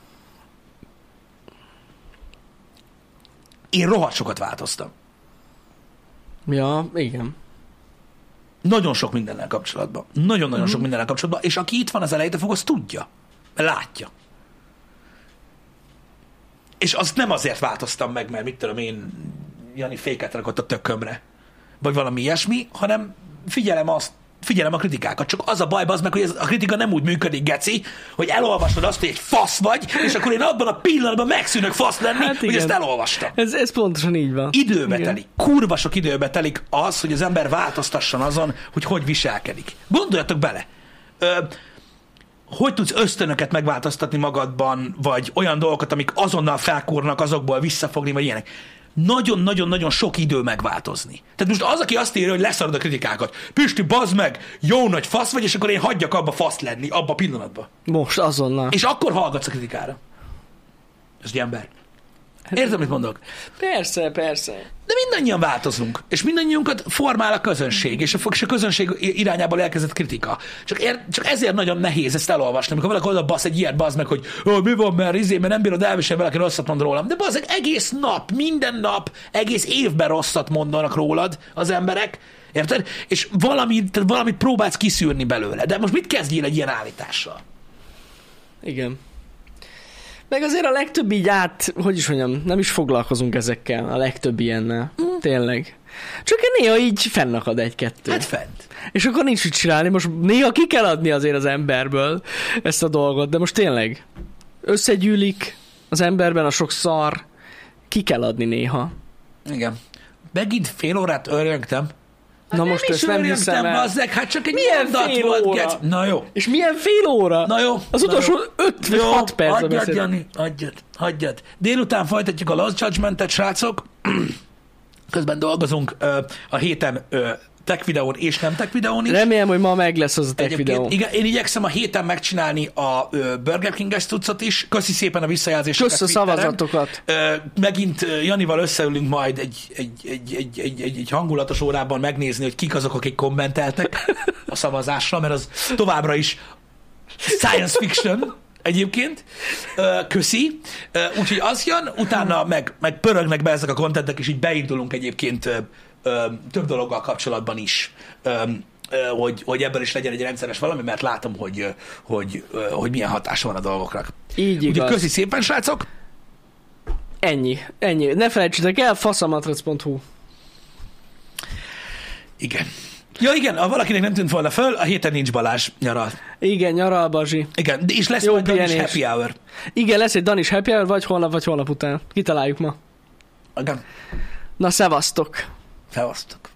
Én rohadt sokat változtam. Ja, igen. Nagyon sok mindennel kapcsolatban. Nagyon-nagyon mm-hmm. sok mindennel kapcsolatban. És aki itt van az elejétől fog, az tudja. Mert látja. És azt nem azért változtam meg, mert mit tudom én, Jani féket rakott a tökömre. Vagy valami ilyesmi, hanem figyelem azt, figyelem a kritikákat. Csak az a baj, az meg, hogy ez, a kritika nem úgy működik, geci, hogy elolvasod azt, hogy egy fasz vagy, és akkor én abban a pillanatban megszűnök fasz lenni, hát hogy ezt elolvastam. Ez, ez pontosan így van. Időbe Igen. telik. Kurva sok időbe telik az, hogy az ember változtasson azon, hogy hogy viselkedik. Gondoljatok bele. Ö, hogy tudsz ösztönöket megváltoztatni magadban, vagy olyan dolgokat, amik azonnal felkúrnak, azokból visszafogni, vagy ilyenek. Nagyon-nagyon-nagyon sok idő megváltozni. Tehát most az, aki azt írja, hogy leszarod a kritikákat, Pisti, bazd meg, jó nagy fasz vagy, és akkor én hagyjak abba fasz lenni, abba a pillanatban. Most azonnal. És akkor hallgatsz a kritikára. Ez egy ember. Értem, mit mondok? Persze, persze. De mindannyian változunk, és mindannyiunkat formál a közönség, és a, és a közönség irányából elkezdett kritika. Csak, ér, csak ezért nagyon nehéz ezt elolvasni, amikor valaki oda basz egy ilyet, bazd meg, hogy oh, mi van, mert izé, mert nem bírod elviselni, valaki rosszat mond rólam. De bazd, egész nap, minden nap, egész évben rosszat mondanak rólad az emberek, érted? És valamit, valamit próbálsz kiszűrni belőle. De most mit kezdjél egy ilyen állítással? Igen. Meg azért a legtöbb így át, hogy is mondjam, nem is foglalkozunk ezekkel, a legtöbb ilyennel. Mm. Tényleg. Csak néha így fennakad egy-kettő. Hát fent. És akkor nincs mit csinálni, most néha ki kell adni azért az emberből ezt a dolgot, de most tényleg összegyűlik az emberben a sok szar, ki kell adni néha. Igen. Megint fél órát örjöngtem. Hát na nem most ezt nem hiszem el. Bazzeg, hát csak egy milyen mondat fél volt. óra? Get... Na jó. És milyen fél óra? Na jó. Az na utolsó jó. öt vagy hat percre Hagyjad, beszélünk. Jani, hagyjad, hagyjad. Délután folytatjuk a Lost Judgment-et, srácok. Közben dolgozunk ö, a héten ö, tech videón és nem tech videón is. Remélem, hogy ma meg lesz az a tech Egyébként, videó. igen, én igyekszem a héten megcsinálni a ö, Burger King-es cuccot is. Köszi szépen a visszajelzéseket. Kösz a Twitteren. szavazatokat. Ö, megint ö, Janival összeülünk majd egy, egy, egy, egy, egy, egy, egy hangulatos órában megnézni, hogy kik azok, akik kommenteltek a szavazásra, mert az továbbra is science fiction egyébként. Ö, köszi. Ö, úgyhogy az jön, utána meg, meg pörögnek be ezek a kontentek, és így beindulunk egyébként ö, ö, több dologgal kapcsolatban is. Ö, Hogy, hogy ebből is legyen egy rendszeres valami, mert látom, hogy, hogy, hogy milyen hatása van a dolgoknak. Így igaz. Úgyhogy köszi szépen, srácok! Ennyi, ennyi. Ne felejtsétek el, faszamatrac pont hu. Igen. Ja igen, ha valakinek nem tűnt volna föl, a héten nincs Balázs, nyaral. Igen, nyaral Bazsi. Igen, de és lesz Jó majd Danis pihenés. happy hour. Igen, lesz egy Danis happy hour, vagy holnap, vagy holnap után. Kitaláljuk ma. Igen. Na, szevasztok! Szevasztok.